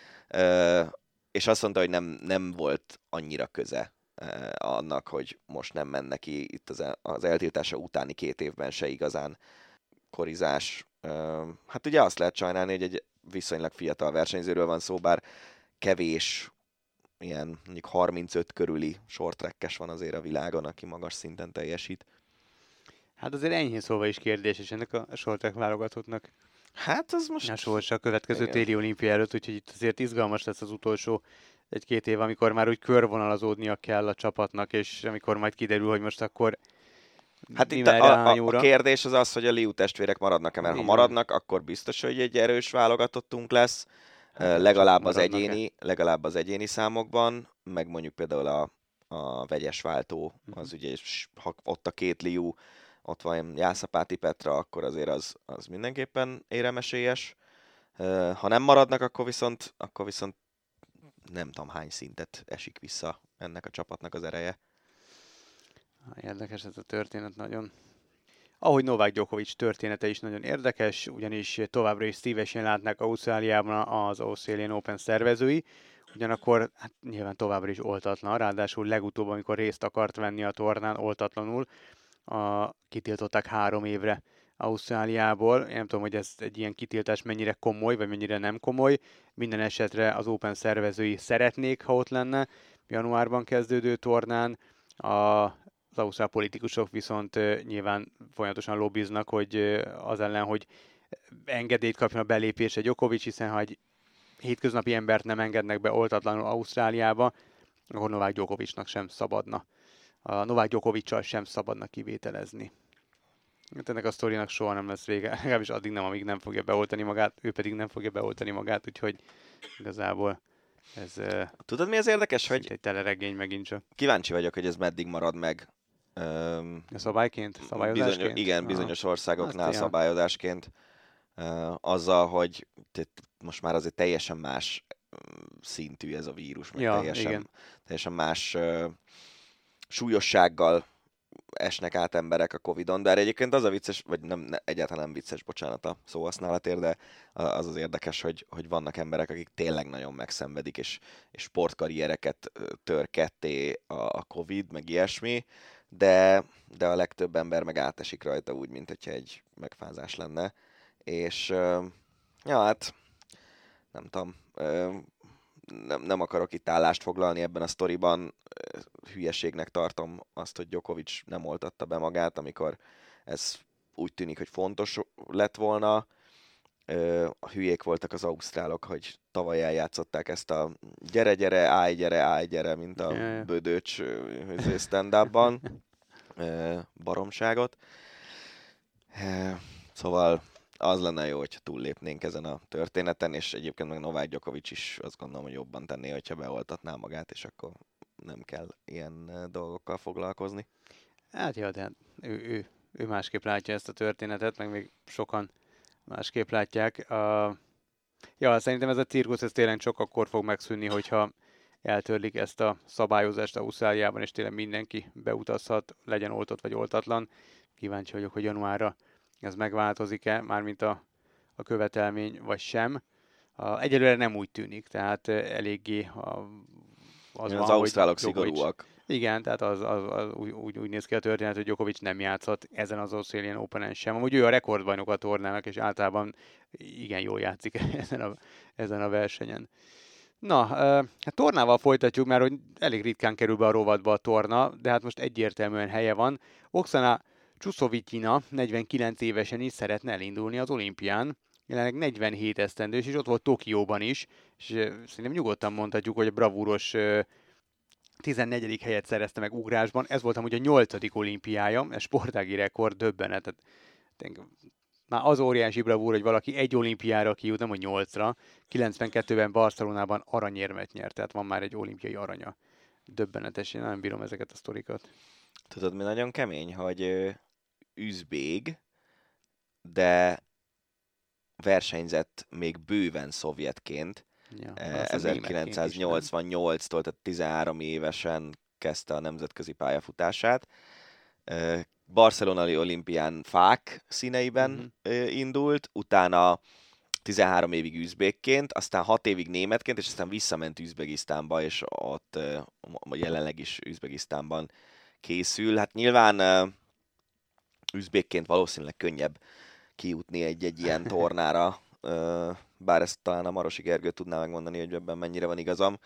És azt mondta, hogy nem volt annyira köze annak, hogy most nem ment neki itt az eltiltása utáni 2 évben se igazán korizás. Hát ugye azt lehet sajnálni, hogy egy viszonylag fiatal versenyzőről van szó, bár kevés ilyen mondjuk 35 körüli short trackes van azért a világon, aki magas szinten teljesít. Hát azért enyhén szóval is kérdéses ennek a short track válogatottnak. Hát az most... A sorsa a következő téli olimpia előtt, úgyhogy itt azért izgalmas lesz az utolsó 1-2 év, amikor már úgy körvonalazódnia kell a csapatnak, és amikor majd kiderül, hogy most akkor hát itt a kérdés az, hogy a Liu testvérek maradnak-e, mert ha maradnak, akkor biztos, hogy egy erős válogatottunk lesz, hát, legalább az egyéni számokban, meg mondjuk például a vegyes váltó, az ugye, és ha ott a 2 Liu, ott van Jászapáti Petra, akkor azért az mindenképpen éremesélyes. Ha nem maradnak, akkor viszont nem tudom hány szintet esik vissza ennek a csapatnak az ereje. Érdekes ez a történet nagyon. Ahogy Novák Djokovic története is nagyon érdekes, ugyanis továbbra is szívesen látnak Ausztráliában az Australian Open szervezői, ugyanakkor hát nyilván továbbra is oltatlan, ráadásul legutóbb, amikor részt akart venni a tornán oltatlanul, kitiltották 3 évre Ausztráliából. Én nem tudom, hogy ez egy ilyen kitiltás mennyire komoly, vagy mennyire nem komoly. Minden esetre az Open szervezői szeretnék, ha ott lenne januárban kezdődő tornán. Az ausztrál politikusok viszont nyilván folyamatosan lobbiznak, hogy az ellen, hogy engedélyt kapjon a belépésre Djokovic, hiszen ha egy hétköznapi embert nem engednek be oltatlanul Ausztráliába, akkor Novák Djokovicnak sem szabadna. A Novák Djokovic-sal sem szabadna kivételezni. Hát ennek a sztorinak soha nem lesz vége, legalábbis addig nem, amíg nem fogja beoltani magát, ő pedig nem fogja beoltani magát, úgyhogy igazából ez Tudod, mi az érdekes, hogy egy teleregény megint csak. kíváncsi vagyok, hogy ez meddig marad meg. A szabályként? Szabályozásként? Bizonyos országoknál Hát, szabályozásként. Azzal, hogy most már azért teljesen más szintű ez a vírus, meg teljesen más súlyossággal esnek át emberek a Covid-on, de egyébként az a vicces, vagy egyáltalán nem vicces, bocsánat a szóhasználatért, de az érdekes, hogy vannak emberek, akik tényleg nagyon megszenvedik, és sportkarriereket tör ketté a Covid, meg ilyesmi, de a legtöbb ember meg átesik rajta úgy, mint hogyha egy megfázás lenne. És ja, hát nem tudom, nem akarok itt állást foglalni ebben a sztoriban. Hülyeségnek tartom azt, hogy Djokovic nem oltatta be magát, amikor ez úgy tűnik, hogy fontos lett volna. A hülyék voltak az ausztrálok, hogy tavaly eljátszották ezt a gyere, állj gyere, mint a Bödöcs stand-upban baromságot. Szóval az lenne jó, hogyha túllépnénk ezen a történeten, és egyébként meg Novák Djokovic is azt gondolom, hogy jobban tenné, hogyha beoltatná magát, és akkor nem kell ilyen dolgokkal foglalkozni. Hát jó, de ő másképp látja ezt a történetet, meg még sokan másképp látják. Ja, szerintem ez a cirkusz ez tényleg csak akkor fog megszűnni, hogyha eltörlik ezt a szabályozást Ausztráliában, és tényleg mindenki beutazhat, legyen oltott vagy oltatlan. Kíváncsi vagyok, hogy januárra ez megváltozik-e, mármint a követelmény, vagy sem. Egyelőre nem úgy tűnik, tehát eléggé az ausztrálok szigorúak. Igen, tehát az úgy néz ki a történet, hogy Djokovic nem játszhat ezen az Australian Openen sem. Amúgy ő a rekordbajnok a tornának, és általában igen jól játszik ezen a versenyen. Na, hát tornával folytatjuk, mert hogy elég ritkán kerül be a rovatba a torna, de hát most egyértelműen helye van. Oksana Chusovitina 49 évesen is szeretne elindulni az olimpián. Jelenleg 47 esztendős, és ott volt Tokióban is, és szerintem nyugodtan mondhatjuk, hogy a bravúros 14. helyet szerezte meg ugrásban. Ez volt amúgy a 8. olimpiája, ez sportági rekord, döbbenet. Már az óriási bravúr, hogy valaki egy olimpiára kijut, nem hogy 8-ra. 92-ben Barcelonában aranyérmet nyert, tehát van már egy olimpiai aranya. Döbbenetes, én nem bírom ezeket a sztorikat. Tudod, mi nagyon kemény, hogy üzbég, de versenyzett még bőven szovjetként. Ja, 1988-tól, tehát 13 évesen kezdte a nemzetközi pályafutását. Barcelonai olimpián fák színeiben indult, utána 13 évig üzbékként, aztán 6 évig németként, és aztán visszament Üzbegisztánba, és ott jelenleg is Üzbegisztánban készül. Hát nyilván üzbékként valószínűleg könnyebb kijutni egy ilyen tornára, bár ezt talán a Marosi Gergő tudná megmondani, hogy ebben mennyire van igazam,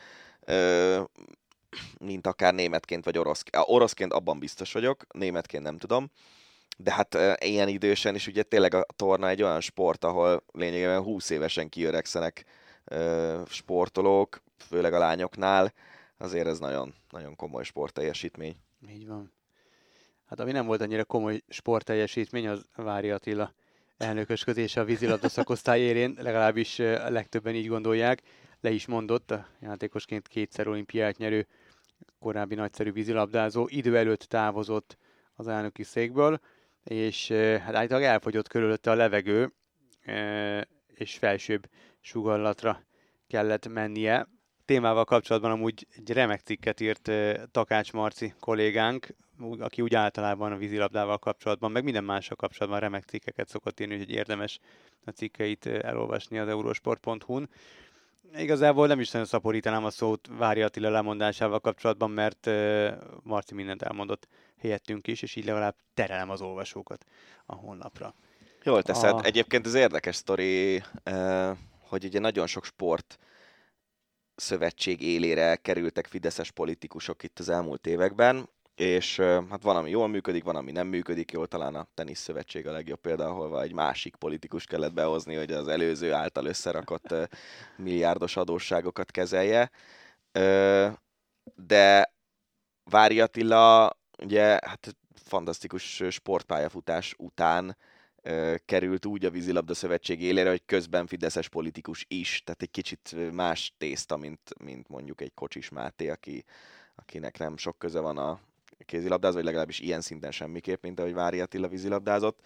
mint akár németként vagy oroszként. Oroszként abban biztos vagyok, németként nem tudom, de hát ilyen idősen is ugye tényleg a torna egy olyan sport, ahol lényegében 20 évesen kiöregszenek sportolók, főleg a lányoknál, azért ez nagyon, nagyon komoly sportteljesítmény. Így van. Hát ami nem volt annyira komoly sportteljesítmény, az Vári Attila elnökösködése a vízilabda szakosztály érén, legalábbis a legtöbben így gondolják. Le is mondott, a játékosként 2-szer olimpiát nyerő korábbi nagyszerű vízilabdázó idő előtt távozott az elnöki székből, és hát állítólag elfogyott körülötte a levegő, és felsőbb sugallatra kellett mennie. Témával kapcsolatban amúgy egy remek cikket írt Takács Marci kollégánk, aki úgy általában a vízilabdával kapcsolatban, meg minden mással kapcsolatban remek cikkeket szokott írni, úgyhogy érdemes a cikkeit elolvasni az eurosport.hu-n. Igazából nem is nagyon szaporítanám a szót Vári Attila lemondásával kapcsolatban, mert Marci mindent elmondott helyettünk is, és így legalább terelem az olvasókat a honlapra. Jól teszed. Egyébként ez érdekes sztori, hogy ugye nagyon sok sport szövetség élére kerültek fideszes politikusok itt az elmúlt években, és hát van, ami jól működik, van, ami nem működik jól, talán a teniszszövetség a legjobb példa, ahol egy másik politikus kellett behozni, hogy az előző által összerakott milliárdos adósságokat kezelje. De Vári Attila ugye hát fantasztikus sportpályafutás után került úgy a Vízilabda Szövetség élére, hogy közben fideszes politikus is, tehát egy kicsit más tészta, mint mondjuk egy Kocsis Máté, akinek nem sok köze van a kézilabdához, vagy legalábbis ilyen szinten semmiképp, mint ahogy Vári Attila vízilabdázott.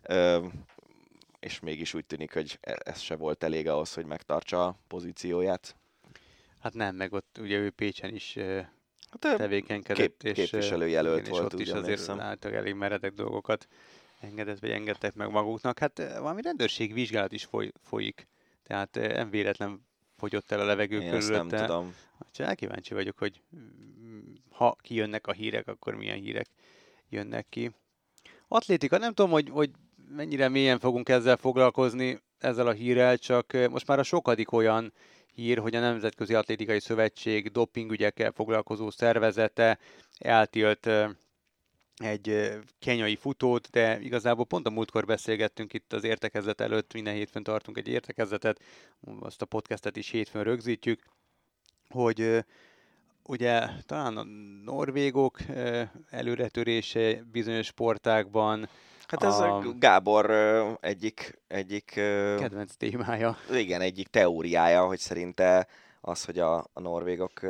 És mégis úgy tűnik, hogy ez se volt elég ahhoz, hogy megtartsa a pozícióját. Hát nem, meg ott ugye ő Pécsen is tevékenykedett, és képviselőjelölt volt, és ott is azért láttak elég meredek dolgokat engedtek meg maguknak. Hát valami rendőrségi vizsgálat is folyik, tehát nem véletlen fogyott el a levegő körülötte. Én nem tudom. Csak kíváncsi vagyok, hogy ha kijönnek a hírek, akkor milyen hírek jönnek ki. Atlétika, nem tudom, hogy mennyire mélyen fogunk ezzel foglalkozni, ezzel a hírrel, csak most már a sokadik olyan hír, hogy a Nemzetközi Atlétikai Szövetség dopingügyekkel foglalkozó szervezete eltilt egy kenyai futót, de igazából pont a múltkor beszélgettünk itt az értekezlet előtt, minden hétfőn tartunk egy értekezletet, azt a podcastet is hétfőn rögzítjük, hogy ugye talán a norvégok előretörése bizonyos sportágban. Hát ez Gábor egyik kedvenc témája. Igen, egyik teóriája, hogy szerinte az, hogy a norvégok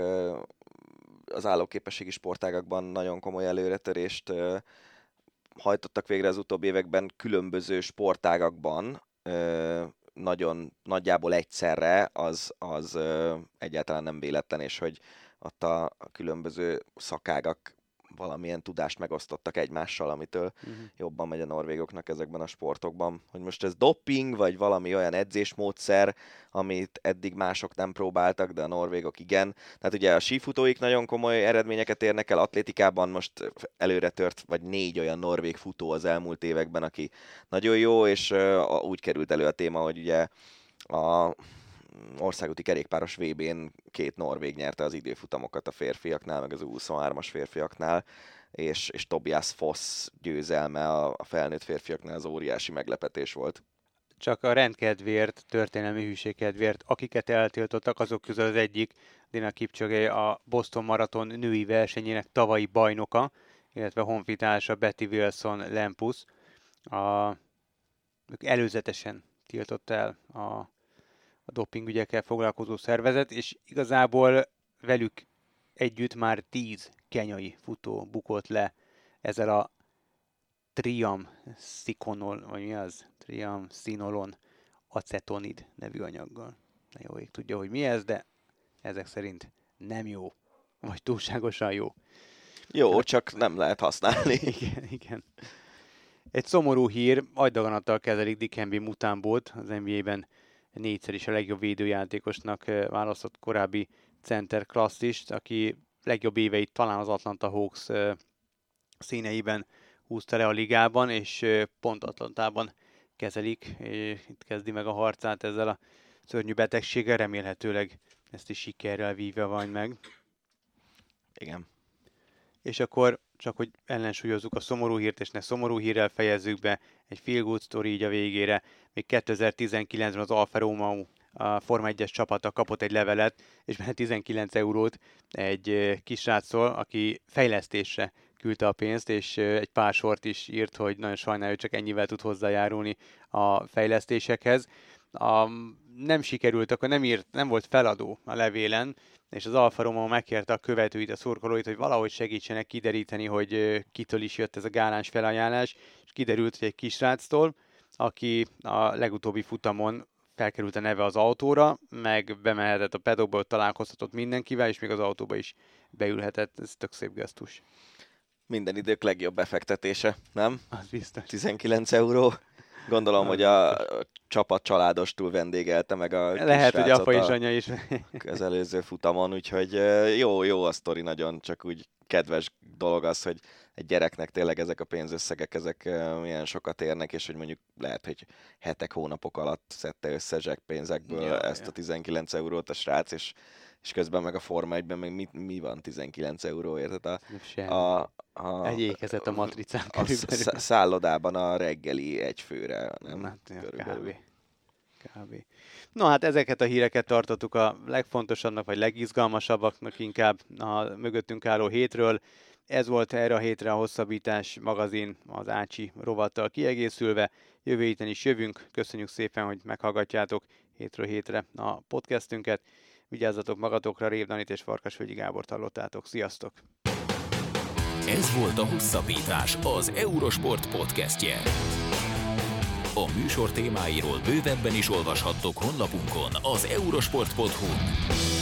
az állóképességi sportágakban nagyon komoly előretörést hajtottak végre az utóbbi években különböző sportágakban, nagyon nagyjából egyszerre, az egyáltalán nem véletlen, és hogy ott a különböző szakágak valamilyen tudást megosztottak egymással, amitől jobban megy a norvégoknak ezekben a sportokban. Hogy most ez doping, vagy valami olyan edzésmódszer, amit eddig mások nem próbáltak, de a norvégok igen. Tehát ugye a sífutóik nagyon komoly eredményeket érnek el, atlétikában most előre tört, vagy 4 olyan norvég futó az elmúlt években, aki nagyon jó, és úgy került elő a téma, hogy ugye a országúti kerékpáros VB-n 2 norvég nyerte az időfutamokat a férfiaknál, meg az U23-as férfiaknál, és Tobias Foss győzelme a felnőtt férfiaknál az óriási meglepetés volt. Csak a rendkedvéért, történelmi hűségkedvéért, akiket eltiltottak, azok közül az egyik, Dina Kipchoge, a Boston Marathon női versenyének tavalyi bajnoka, illetve honfitársa Betty Wilson Lempus. Ők előzetesen tiltott el a dopingügyekkel foglalkozó szervezet, és igazából velük együtt már 10 kenyai futó bukott le ezzel a triamcinolon, vagy mi az? Triamcinolon acetonid nevű anyaggal. Na jó, ég tudja, hogy mi ez, de ezek szerint nem jó, vagy túlságosan jó. Jó, hát, csak nem lehet használni. Igen. Egy szomorú hír, agydaganattal kezelik Dikembe Mutombo't, az NBA-ben 4-szer is a legjobb védőjátékosnak választott korábbi center klasszist, aki legjobb éveit talán az Atlanta Hawks színeiben húzta le a ligában, és pont Atlantában kezelik, és itt kezdi meg a harcát ezzel a szörnyű betegséggel, remélhetőleg ezt is sikerrel vívja majd meg. Igen. És akkor csak, hogy ellensúlyozzuk a szomorú hírt, és ne szomorú hírrel fejezzük be, egy feel good story így a végére. Még 2019-ben az Alfa Romeo a Forma 1-es csapata kapott egy levelet, és benne 19 eurót egy kisráctól, aki fejlesztésre küldte a pénzt, és egy pár sort is írt, hogy nagyon sajnálja, hogy csak ennyivel tud hozzájárulni a fejlesztésekhez. Nem sikerült, akkor nem volt feladó a levélen, és az Alfa Romeo megkérte a követőit, a szurkolóit, hogy valahogy segítsenek kideríteni, hogy kitől is jött ez a gáláns felajánlás, és kiderült, hogy egy kisráctól, aki a legutóbbi futamon felkerült a neve az autóra, meg bemehetett a pedokba, ott találkozhatott mindenkivel, és még az autóba is beülhetett. Ez tök szép gesztus. Minden idők legjobb befektetése, nem? Az biztos. 19 euró. Gondolom, hogy a csapat családostul vendégelte meg a lehet, hogy apa és anya is. Az előző futamon, úgyhogy jó a sztori nagyon, csak úgy kedves dolog az, hogy egy gyereknek tényleg ezek a pénzösszegek, ezek milyen sokat érnek, és hogy mondjuk lehet, hogy hetek, hónapok alatt szedte össze zseppénzekből ezt a 19 eurót a srác, és közben meg a Forma 1-ben meg mi van 19 euróért? Egy ékezet a matricán körülbelül. A szállodában a reggeli egy főre, nem? Hát, kb. No hát ezeket a híreket tartottuk a legfontosabbnak, vagy legizgalmasabbaknak inkább a mögöttünk álló hétről. Ez volt erre a hétre a Hosszabbítás magazin az Ácsi rovattal kiegészülve. Jövő héten is jövünk. Köszönjük szépen, hogy meghallgatjátok hétről hétre a podcastünket. Vigyázzatok magatokra, Rév Danit és Farkasvölgyi Gábort hallottátok. Sziasztok! Ez volt a Hosszabbítás, az Eurosport podcastje. A műsor témáiról bővebben is olvashattok honlapunkon, az eurosport.hu-n.